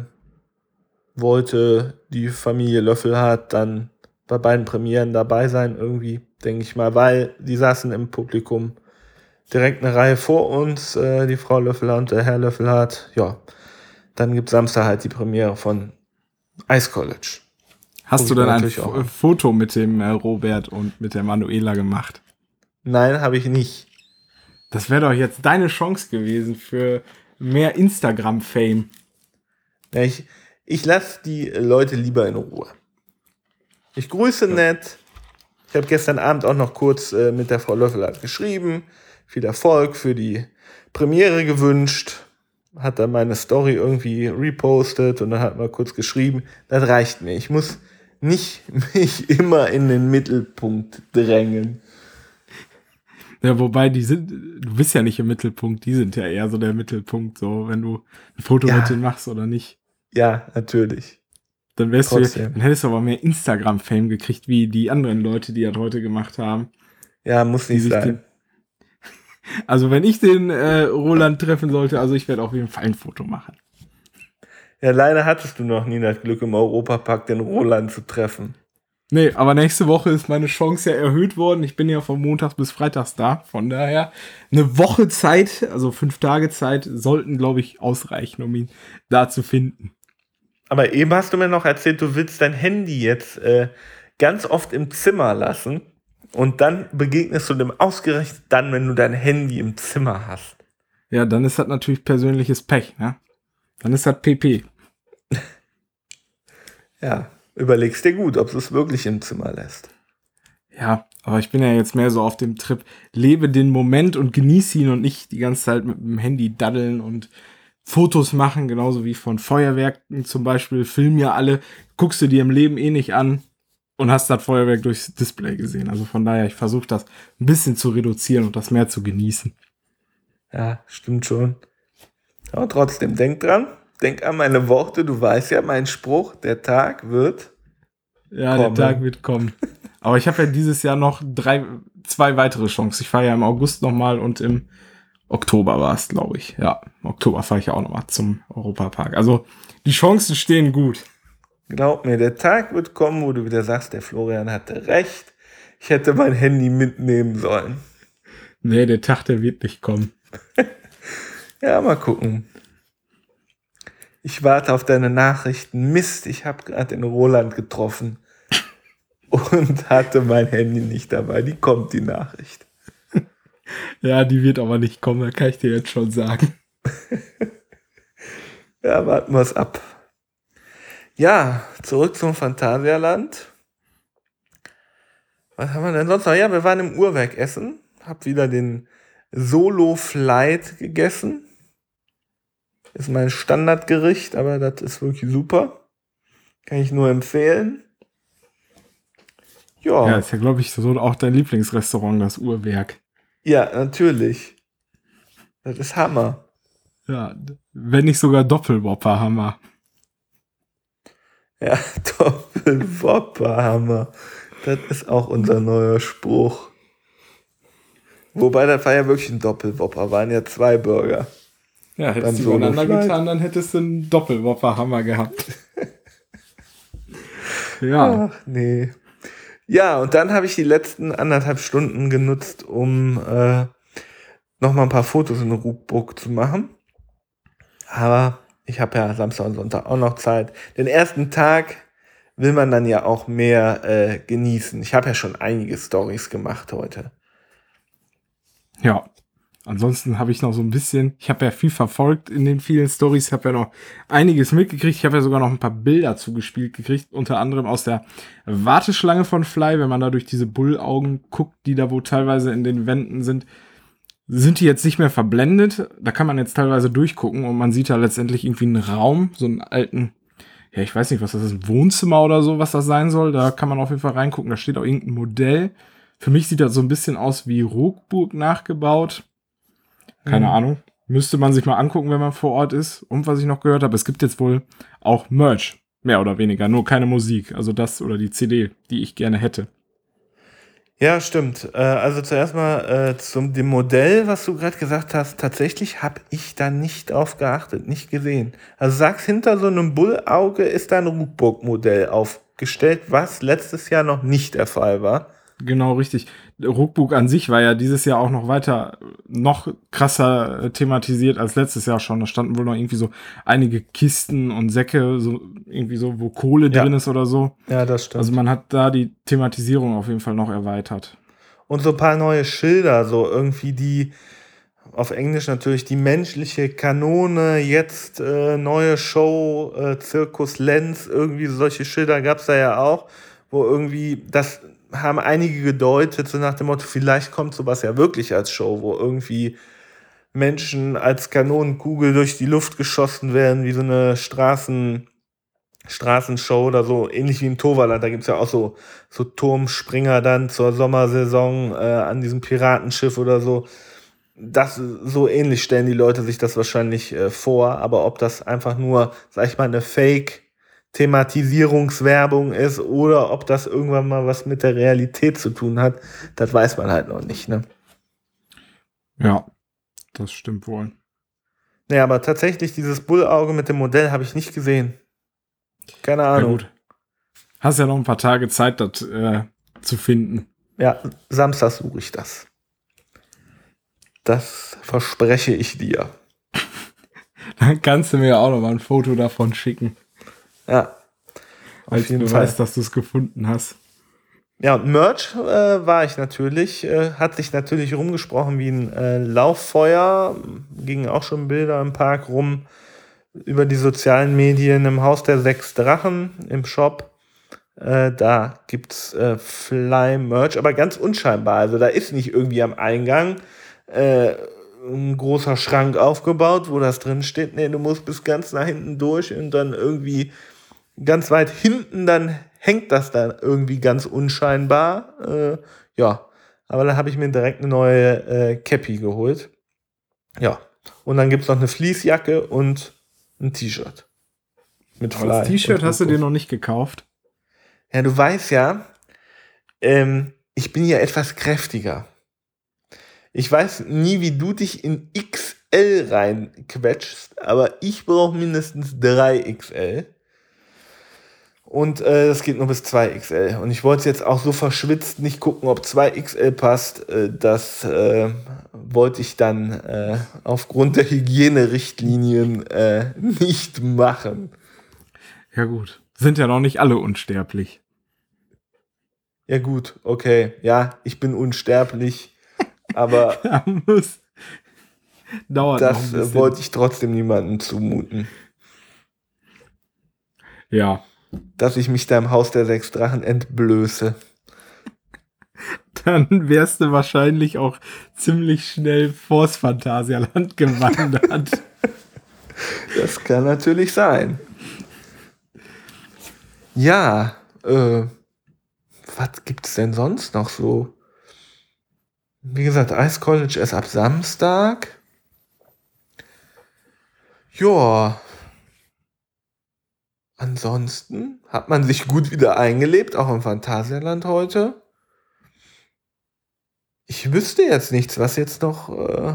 wollte die Familie Löffelhardt dann bei beiden Premieren dabei sein, irgendwie, denke ich mal, weil die saßen im Publikum direkt eine Reihe vor uns, die Frau Löffelhardt und der Herr Löffelhardt. Ja, dann gibt Samstag halt die Premiere von Ice College. Hast du denn ein Foto mit dem Robert und mit der Manuela gemacht? Nein, habe ich nicht. Das wäre doch jetzt deine Chance gewesen für mehr Instagram-Fame. Ja, Ich lasse die Leute lieber in Ruhe. Ich grüße nett. Ich habe gestern Abend auch noch kurz mit der Frau Löffelhardt geschrieben. Viel Erfolg für die Premiere gewünscht. Hat dann meine Story irgendwie repostet und dann hat man kurz geschrieben. Das reicht mir. Ich muss nicht mich immer in den Mittelpunkt drängen. Ja, wobei du bist ja nicht im Mittelpunkt, die sind ja eher so der Mittelpunkt, so wenn du ein Foto mit denen machst oder nicht. Ja, natürlich. Dann dann hättest du aber mehr Instagram-Fame gekriegt, wie die anderen Leute, die das heute gemacht haben. Ja, muss nicht sein. Also wenn ich den Roland treffen sollte, also ich werde auf jeden Fall ein Foto machen. Ja, leider hattest du noch nie das Glück, im Europapark den Roland zu treffen. Nee, aber nächste Woche ist meine Chance ja erhöht worden. Ich bin ja von Montags bis Freitags da. Von daher eine Woche Zeit, also 5 Tage Zeit, sollten, glaube ich, ausreichen, um ihn da zu finden. Aber eben hast du mir noch erzählt, du willst dein Handy jetzt ganz oft im Zimmer lassen und dann begegnest du dem ausgerechnet dann, wenn du dein Handy im Zimmer hast. Ja, dann ist das natürlich persönliches Pech, ne? Dann ist das PP. Ja, überlegst dir gut, ob du es wirklich im Zimmer lässt. Ja, aber ich bin ja jetzt mehr so auf dem Trip, lebe den Moment und genieße ihn und nicht die ganze Zeit mit dem Handy daddeln und Fotos machen, genauso wie von Feuerwerken zum Beispiel, filmen ja alle, guckst du dir im Leben eh nicht an und hast das Feuerwerk durchs Display gesehen. Also von daher, ich versuche das ein bisschen zu reduzieren und das mehr zu genießen. Ja, stimmt schon. Aber trotzdem, denk dran, denk an meine Worte, du weißt ja, mein Spruch, der Tag wird Ja, kommen. der Tag wird kommen. Aber ich habe ja dieses Jahr noch 2 weitere Chancen. Ich fahre ja im August nochmal und im Oktober war es, glaube ich. Ja, im Oktober fahre ich ja auch nochmal zum Europapark. Also die Chancen stehen gut. Glaub mir, der Tag wird kommen, wo du wieder sagst, der Florian hatte recht. Ich hätte mein Handy mitnehmen sollen. Nee, der Tag, der wird nicht kommen. Ja, mal gucken. Ich warte auf deine Nachrichten. Mist, ich habe gerade den Roland getroffen und hatte mein Handy nicht dabei. Die kommt, die Nachricht. Ja, die wird aber nicht kommen, da kann ich dir jetzt schon sagen. Ja, warten wir es ab. Ja, zurück zum Phantasialand. Was haben wir denn sonst noch? Ja, wir waren im Uhrwerk essen. Hab wieder den Solo-Flight gegessen. Ist mein Standardgericht, aber das ist wirklich super. Kann ich nur empfehlen. Ja, ist ja, glaube ich, so auch dein Lieblingsrestaurant, das Uhrwerk. Ja, natürlich. Das ist Hammer. Ja, wenn nicht sogar Doppelwhopper Hammer. Ja, Doppelwhopper Hammer. Das ist auch unser neuer Spruch. Wobei, das war ja wirklich ein Doppelwhopper. Waren ja 2 Burger. Ja, hättest du übereinander getan, dann hättest du einen Doppelwhopper Hammer gehabt. Ja. Ach, nee. Ja, und dann habe ich die letzten 1,5 Stunden genutzt, um noch mal ein paar Fotos in Rookbook zu machen. Aber ich habe ja Samstag und Sonntag auch noch Zeit. Den ersten Tag will man dann ja auch mehr genießen. Ich habe ja schon einige Storys gemacht heute. Ja. Ansonsten habe ich noch so ein bisschen, ich habe ja viel verfolgt in den vielen Stories, habe ja noch einiges mitgekriegt. Ich habe ja sogar noch ein paar Bilder zugespielt gekriegt, unter anderem aus der Warteschlange von Fly, wenn man da durch diese Bullaugen guckt, die da wo teilweise in den Wänden sind die jetzt nicht mehr verblendet. Da kann man jetzt teilweise durchgucken und man sieht da letztendlich irgendwie einen Raum, so einen alten, ja, ich weiß nicht, was das ist, ein Wohnzimmer oder so, was das sein soll. Da kann man auf jeden Fall reingucken, da steht auch irgendein Modell. Für mich sieht das so ein bisschen aus wie Rookbook nachgebaut. Keine Ahnung. Müsste man sich mal angucken, wenn man vor Ort ist. Und was ich noch gehört habe, es gibt jetzt wohl auch Merch. Mehr oder weniger. Nur keine Musik. Also das oder die CD, die ich gerne hätte. Ja, stimmt. Also zuerst mal dem Modell, was du gerade gesagt hast. Tatsächlich habe ich da nicht drauf geachtet, nicht gesehen. Also sagst, hinter so einem Bullauge ist da ein Rookbook-Modell aufgestellt, was letztes Jahr noch nicht der Fall war. Genau, richtig. Rookbook an sich war ja dieses Jahr auch noch krasser thematisiert als letztes Jahr schon. Da standen wohl noch irgendwie so einige Kisten und Säcke, so irgendwie so, wo Kohle drin ist oder so. Ja, das stimmt. Also man hat da die Thematisierung auf jeden Fall noch erweitert. Und so ein paar neue Schilder, so irgendwie die, auf Englisch natürlich die menschliche Kanone, jetzt neue Show, Zirkus Lenz, irgendwie solche Schilder gab es da ja auch, wo irgendwie, das haben einige gedeutet, so nach dem Motto, vielleicht kommt sowas ja wirklich als Show, wo irgendwie Menschen als Kanonenkugel durch die Luft geschossen werden, wie so eine Straßenshow oder so, ähnlich wie in Toverland. Da gibt es ja auch so Turmspringer dann zur Sommersaison an diesem Piratenschiff oder so. Das so ähnlich stellen die Leute sich das wahrscheinlich vor, aber ob das einfach nur, sag ich mal, eine Fake-Thematisierungswerbung ist oder ob das irgendwann mal was mit der Realität zu tun hat, das weiß man halt noch nicht, ne? Ja, das stimmt wohl. Naja, aber tatsächlich dieses Bullauge mit dem Modell habe ich nicht gesehen. Keine Ja Ahnung. gut. Hast ja noch ein paar Tage Zeit, das zu finden. Ja, Samstag suche ich das. Das verspreche ich dir. Dann kannst du mir auch noch mal ein Foto davon schicken. Ja, Als du weißt, dass du es gefunden hast. Ja, und Merch war ich natürlich, hat sich natürlich rumgesprochen wie ein Lauffeuer, gingen auch schon Bilder im Park rum, über die sozialen Medien, im Haus der 6 Drachen, im Shop. Da gibt's Fly-Merch, aber ganz unscheinbar. Also da ist nicht irgendwie am Eingang ein großer Schrank aufgebaut, wo das drin steht. Nee, du musst bis ganz nach hinten durch und dann irgendwie ganz weit hinten, dann hängt das dann irgendwie ganz unscheinbar. Ja, aber dann habe ich mir direkt eine neue Cappy geholt. Ja, und dann gibt es noch eine Fleecejacke und ein T-Shirt. Mit Fly. Aber das T-Shirt und hast du dir Logo. noch nicht gekauft. Ja, du weißt ja, ich bin ja etwas kräftiger. Ich weiß nie, wie du dich in XL reinquetschst, aber ich brauche mindestens 3XL. Und das geht nur bis 2XL. Und ich wollte jetzt auch so verschwitzt nicht gucken, ob 2XL passt. Das wollte ich dann aufgrund der Hygienerichtlinien nicht machen. Ja gut. Sind ja noch nicht alle unsterblich. Ja gut, okay. Ja, ich bin unsterblich. Aber Da muss. Dauert noch ein das bisschen. wollte ich trotzdem niemandem zumuten. Ja. Dass ich mich da im Haus der 6 Drachen entblöße. Dann wärst du wahrscheinlich auch ziemlich schnell vors Phantasialand gewandert. Das kann natürlich sein. Ja, was gibt's denn sonst noch so? Wie gesagt, Ice College ist ab Samstag. Ja. Ansonsten hat man sich gut wieder eingelebt, auch im Phantasialand heute. Ich wüsste jetzt nichts, was jetzt noch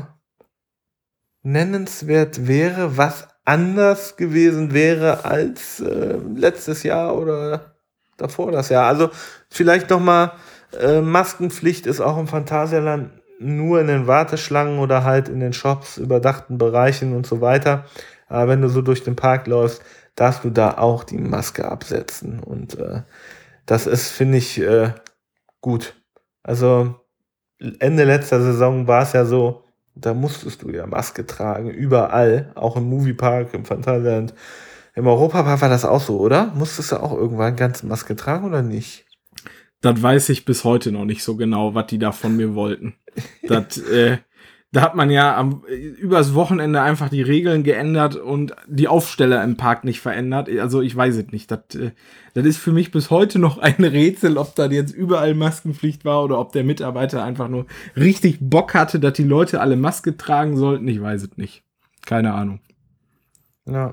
nennenswert wäre, was anders gewesen wäre als letztes Jahr oder davor das Jahr. Also vielleicht noch mal, Maskenpflicht ist auch im Phantasialand nur in den Warteschlangen oder halt in den Shops, überdachten Bereichen und so weiter. Aber wenn du so durch den Park läufst, darfst du da auch die Maske absetzen. Und das ist, finde ich, gut. Also Ende letzter Saison war es ja so, da musstest du ja Maske tragen, überall, auch im Moviepark, im Phantasialand. Im Europapark war das auch so, oder? Musstest du auch irgendwann ganz Maske tragen oder nicht? Das weiß ich bis heute noch nicht so genau, was die da von mir wollten. Das, da hat man ja übers Wochenende einfach die Regeln geändert und die Aufsteller im Park nicht verändert. Also ich weiß es nicht. Das ist für mich bis heute noch ein Rätsel, ob da jetzt überall Maskenpflicht war oder ob der Mitarbeiter einfach nur richtig Bock hatte, dass die Leute alle Maske tragen sollten. Ich weiß es nicht. Keine Ahnung. Ja.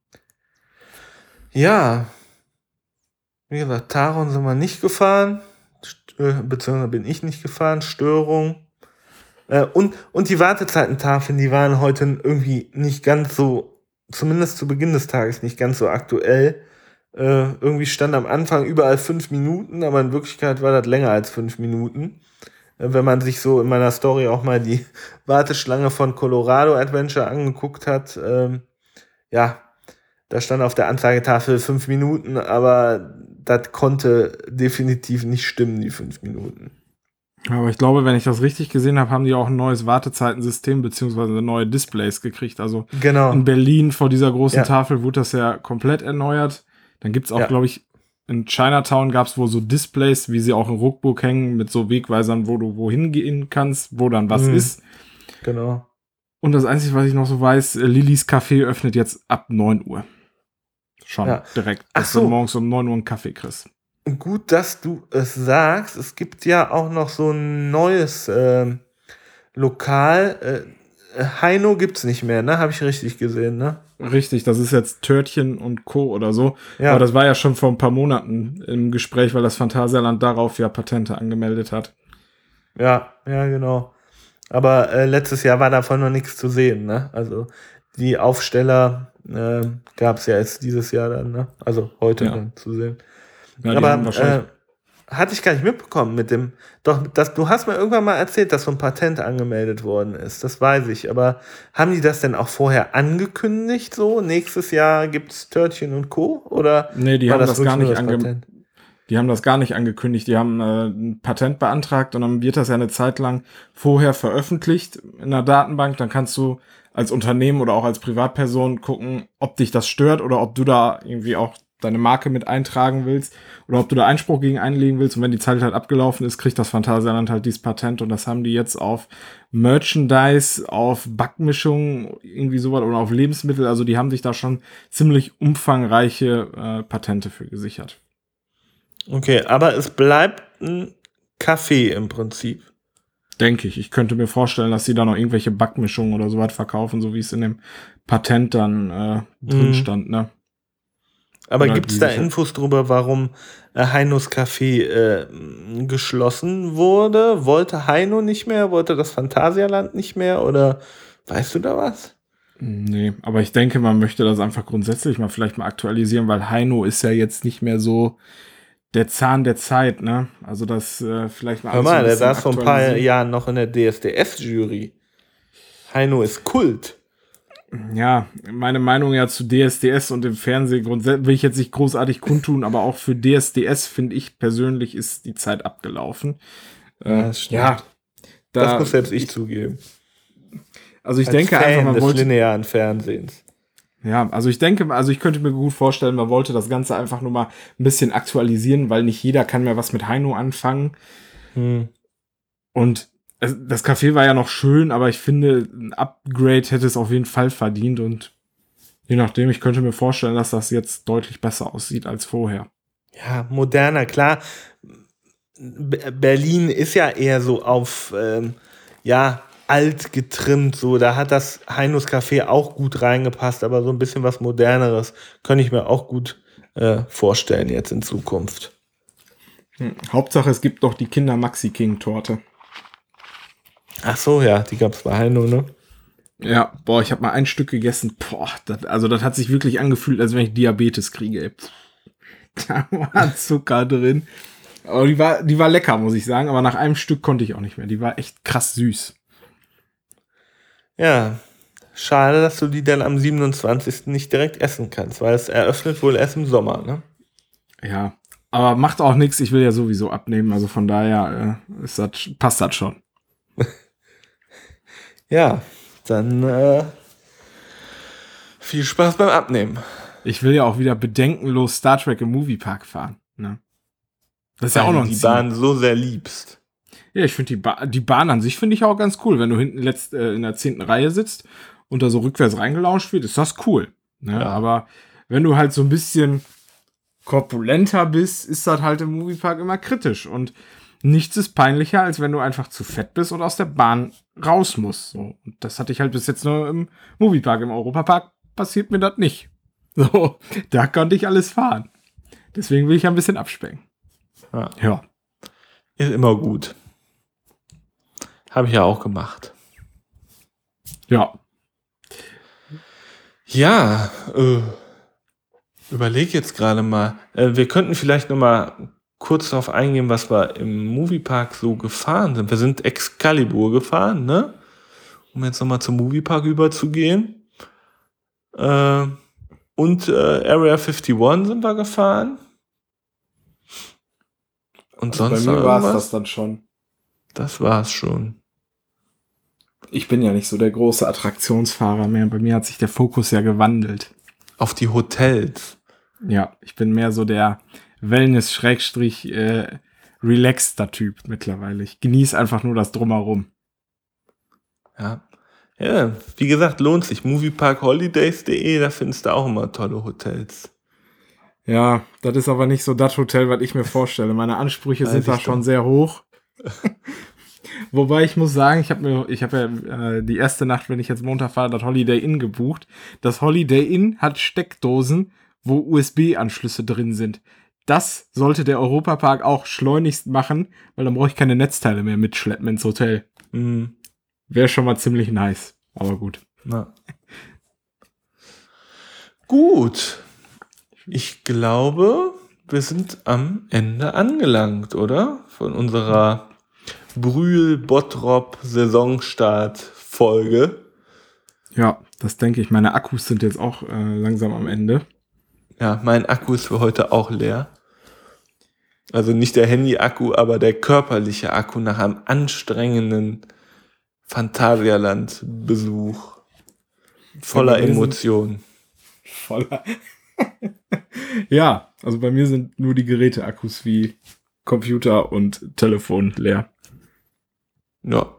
Ja. Wie gesagt, Taron sind wir nicht gefahren. Beziehungsweise bin ich nicht gefahren. Störung. Und die Wartezeitentafeln, die waren heute irgendwie nicht ganz so, zumindest zu Beginn des Tages nicht ganz so aktuell. Irgendwie stand am Anfang überall 5 Minuten, aber in Wirklichkeit war das länger als 5 Minuten. Wenn man sich so in meiner Story auch mal die Warteschlange von Colorado Adventure angeguckt hat, ja, da stand auf der Anzeigetafel 5 Minuten, aber das konnte definitiv nicht stimmen, die 5 Minuten. Aber ich glaube, wenn ich das richtig gesehen habe, haben die auch ein neues Wartezeitensystem beziehungsweise neue Displays gekriegt. Also Genau. in Berlin vor dieser großen Ja. Tafel wurde das ja komplett erneuert. Dann gibt's auch, Ja. glaube ich, in Chinatown gab's wohl so Displays, wie sie auch in Ruckburg hängen, mit so Wegweisern, wo du wohin gehen kannst, wo dann was ist. Genau. Und das Einzige, was ich noch so weiß, Lillys Café öffnet jetzt ab 9 Uhr. Schon Ja. direkt, Ach dass du so. morgens um 9 Uhr einen Kaffee kriegst. Gut, dass du es sagst. Es gibt ja auch noch so ein neues Lokal. Heino gibt's nicht mehr, ne? Habe ich richtig gesehen, ne? Richtig, das ist jetzt Törtchen und Co. oder so. Ja. Aber das war ja schon vor ein paar Monaten im Gespräch, weil das Phantasialand darauf ja Patente angemeldet hat. Ja, genau. Aber letztes Jahr war davon noch nichts zu sehen, ne? Also die Aufsteller gab es ja jetzt dieses Jahr dann, ne? Also heute Ja. dann zu sehen. Ja, die haben Aber wahrscheinlich. hatte ich gar nicht mitbekommen mit dem. Doch, du hast mir irgendwann mal erzählt, dass so ein Patent angemeldet worden ist. Das weiß ich. Aber haben die das denn auch vorher angekündigt? So, nächstes Jahr gibt's Törtchen und Co. Oder Nee, die war haben das wirklich gar nur nicht das Patent? Die haben das gar nicht angekündigt. Die haben ein Patent beantragt und dann wird das ja eine Zeit lang vorher veröffentlicht in der Datenbank. Dann kannst du als Unternehmen oder auch als Privatperson gucken, ob dich das stört oder ob du da irgendwie auch deine Marke mit eintragen willst oder ob du da Einspruch gegen einlegen willst. Und wenn die Zeit halt abgelaufen ist, kriegt das Phantasialand halt dieses Patent und das haben die jetzt auf Merchandise, auf Backmischungen, irgendwie sowas oder auf Lebensmittel. Also die haben sich da schon ziemlich umfangreiche Patente für gesichert. Okay, aber es bleibt ein Café im Prinzip. Denke ich. Ich könnte mir vorstellen, dass sie da noch irgendwelche Backmischungen oder sowas verkaufen, so wie es in dem Patent dann drin stand, ne? Aber Oder gibt es die da sicher- Infos drüber, warum Heinos Café geschlossen wurde? Wollte Heino nicht mehr? Wollte das Phantasialand nicht mehr? Oder weißt du da was? Nee, aber ich denke, man möchte das einfach grundsätzlich mal vielleicht mal aktualisieren, weil Heino ist ja jetzt nicht mehr so der Zahn der Zeit, ne? Also das vielleicht mal Hör alles so mal, ein der bisschen saß vor ein paar aktualisieren. Jahren noch in der DSDS-Jury. Heino ist Kult. Ja, meine Meinung ja zu DSDS und dem Fernsehen grundsätzlich will ich jetzt nicht großartig kundtun, aber auch für DSDS finde ich persönlich ist die Zeit abgelaufen. Das stimmt. Ja, Das muss selbst ich zugeben. Also ich Als denke Fan einfach, man des wollte. linearen Fernsehens. Ja, also ich denke, also ich könnte mir gut vorstellen, man wollte das Ganze einfach nur mal ein bisschen aktualisieren, weil nicht jeder kann mehr was mit Heino anfangen. Und das Café war ja noch schön, aber ich finde, ein Upgrade hätte es auf jeden Fall verdient und je nachdem, ich könnte mir vorstellen, dass das jetzt deutlich besser aussieht als vorher. Ja, moderner, klar. Berlin ist ja eher so auf, alt getrimmt, so. Da hat das Heinos Café auch gut reingepasst, aber so ein bisschen was Moderneres könnte ich mir auch gut vorstellen jetzt in Zukunft. Hauptsache, es gibt doch die Kinder-Maxi-King-Torte. Ach so, ja, die gab es bei Heino, ne? Ja, boah, ich habe mal ein Stück gegessen. Boah, das hat sich wirklich angefühlt, als wenn ich Diabetes kriege, ey. Da war Zucker drin. Aber die war lecker, muss ich sagen. Aber nach einem Stück konnte ich auch nicht mehr. Die war echt krass süß. Ja, schade, dass du die dann am 27. nicht direkt essen kannst, weil es eröffnet wohl erst im Sommer, ne? Ja, aber macht auch nichts. Ich will ja sowieso abnehmen. Also von daher passt das schon. Ja, dann viel Spaß beim Abnehmen. Ich will ja auch wieder bedenkenlos Star Trek im Moviepark fahren. Ne? Das ist ja auch noch ein die Ziel. Bahn so sehr liebst. Ja, ich finde die Bahn an sich finde ich auch ganz cool. Wenn du hinten in der 10. Reihe sitzt und da so rückwärts reingelauscht wird, ist das cool. Ne? Ja. Aber wenn du halt so ein bisschen korpulenter bist, ist das halt im Moviepark immer kritisch. Und nichts ist peinlicher, als wenn du einfach zu fett bist und aus der Bahn raus musst. So. Und das hatte ich halt bis jetzt nur im Moviepark. Im Europapark passiert mir das nicht. So, da konnte ich alles fahren. Deswegen will ich ein bisschen abspecken. Ja. Ist immer gut. Habe ich ja auch gemacht. Ja. Ja, überleg jetzt gerade mal. Wir könnten vielleicht noch mal kurz darauf eingehen, was wir im Moviepark so gefahren sind. Wir sind Excalibur gefahren, ne? Um jetzt noch mal zum Moviepark überzugehen. Und Area 51 sind wir gefahren. Und Also sonst bei mir war es irgendwas? das dann schon. Das war's schon. Ich bin ja nicht so der große Attraktionsfahrer mehr. Bei mir hat sich der Fokus ja gewandelt. Auf die Hotels. Ja, ich bin mehr so der Wellness-relaxter Typ mittlerweile. Ich genieße einfach nur das Drumherum. Ja. Ja, wie gesagt, lohnt sich. Movieparkholidays.de, da findest du auch immer tolle Hotels. Ja, das ist aber nicht so das Hotel, was ich mir vorstelle. Meine Ansprüche sind da schon sehr hoch. Wobei ich muss sagen, ich habe ja die erste Nacht, wenn ich jetzt Montag fahre, das Holiday Inn gebucht. Das Holiday Inn hat Steckdosen, wo USB-Anschlüsse drin sind. Das sollte der Europapark auch schleunigst machen, weil dann brauche ich keine Netzteile mehr mitschleppen ins Hotel. Mhm. Wäre schon mal ziemlich nice, aber gut. Na. Gut. Ich glaube, wir sind am Ende angelangt, oder? Von unserer Brühl-Bottrop-Saisonstart-Folge. Ja, das denke ich. Meine Akkus sind jetzt auch langsam am Ende. Ja, mein Akku ist für heute auch leer. Also nicht der Handy-Akku, aber der körperliche Akku nach einem anstrengenden Phantasialand-Besuch. Voller Emotionen. Voller. Ja, also bei mir sind nur die Geräteakkus wie Computer und Telefon leer. Ja.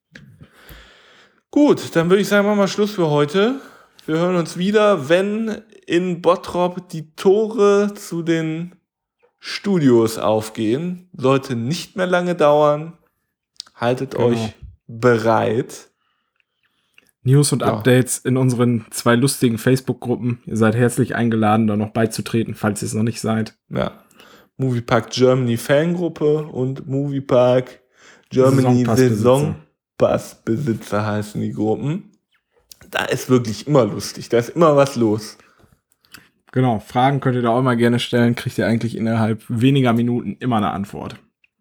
Gut, dann würde ich sagen, machen wir Schluss für heute. Wir hören uns wieder, wenn in Bottrop die Tore zu den Studios aufgehen. Sollte nicht mehr lange dauern. Haltet euch bereit. News und Updates in unseren 2 lustigen Facebook-Gruppen. Ihr seid herzlich eingeladen, da noch beizutreten, falls ihr es noch nicht seid. Ja. Moviepark Germany Fangruppe und Moviepark Germany Saisonpassbesitzer heißen die Gruppen. Da ist wirklich immer lustig. Da ist immer was los. Genau, Fragen könnt ihr da auch mal gerne stellen. Kriegt ihr eigentlich innerhalb weniger Minuten immer eine Antwort.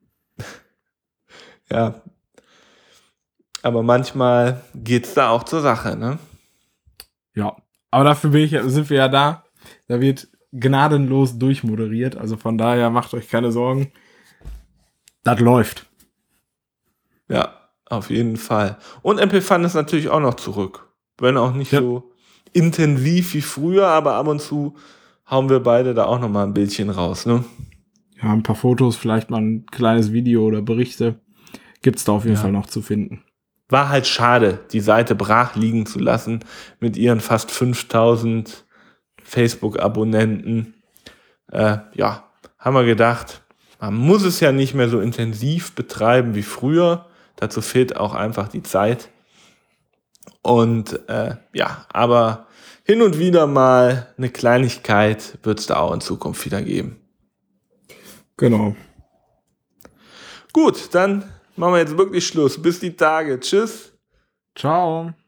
Ja. Aber manchmal geht's da auch zur Sache, ne? Ja, aber dafür sind wir ja da. Da wird gnadenlos durchmoderiert. Also von daher macht euch keine Sorgen. Das läuft. Ja, auf jeden Fall. Und MP Fun ist natürlich auch noch zurück. Wenn auch nicht so intensiv wie früher, aber ab und zu hauen wir beide da auch noch mal ein Bildchen raus, ne? Ja, ein paar Fotos, vielleicht mal ein kleines Video oder Berichte. Gibt's da auf jeden Fall noch zu finden. War halt schade, die Seite brach liegen zu lassen mit ihren fast 5000 Facebook-Abonnenten. Ja, haben wir gedacht, man muss es ja nicht mehr so intensiv betreiben wie früher. Dazu fehlt auch einfach die Zeit. Und ja, aber hin und wieder mal eine Kleinigkeit wird es da auch in Zukunft wieder geben. Genau. Gut, dann machen wir jetzt wirklich Schluss. Bis die Tage. Tschüss. Ciao.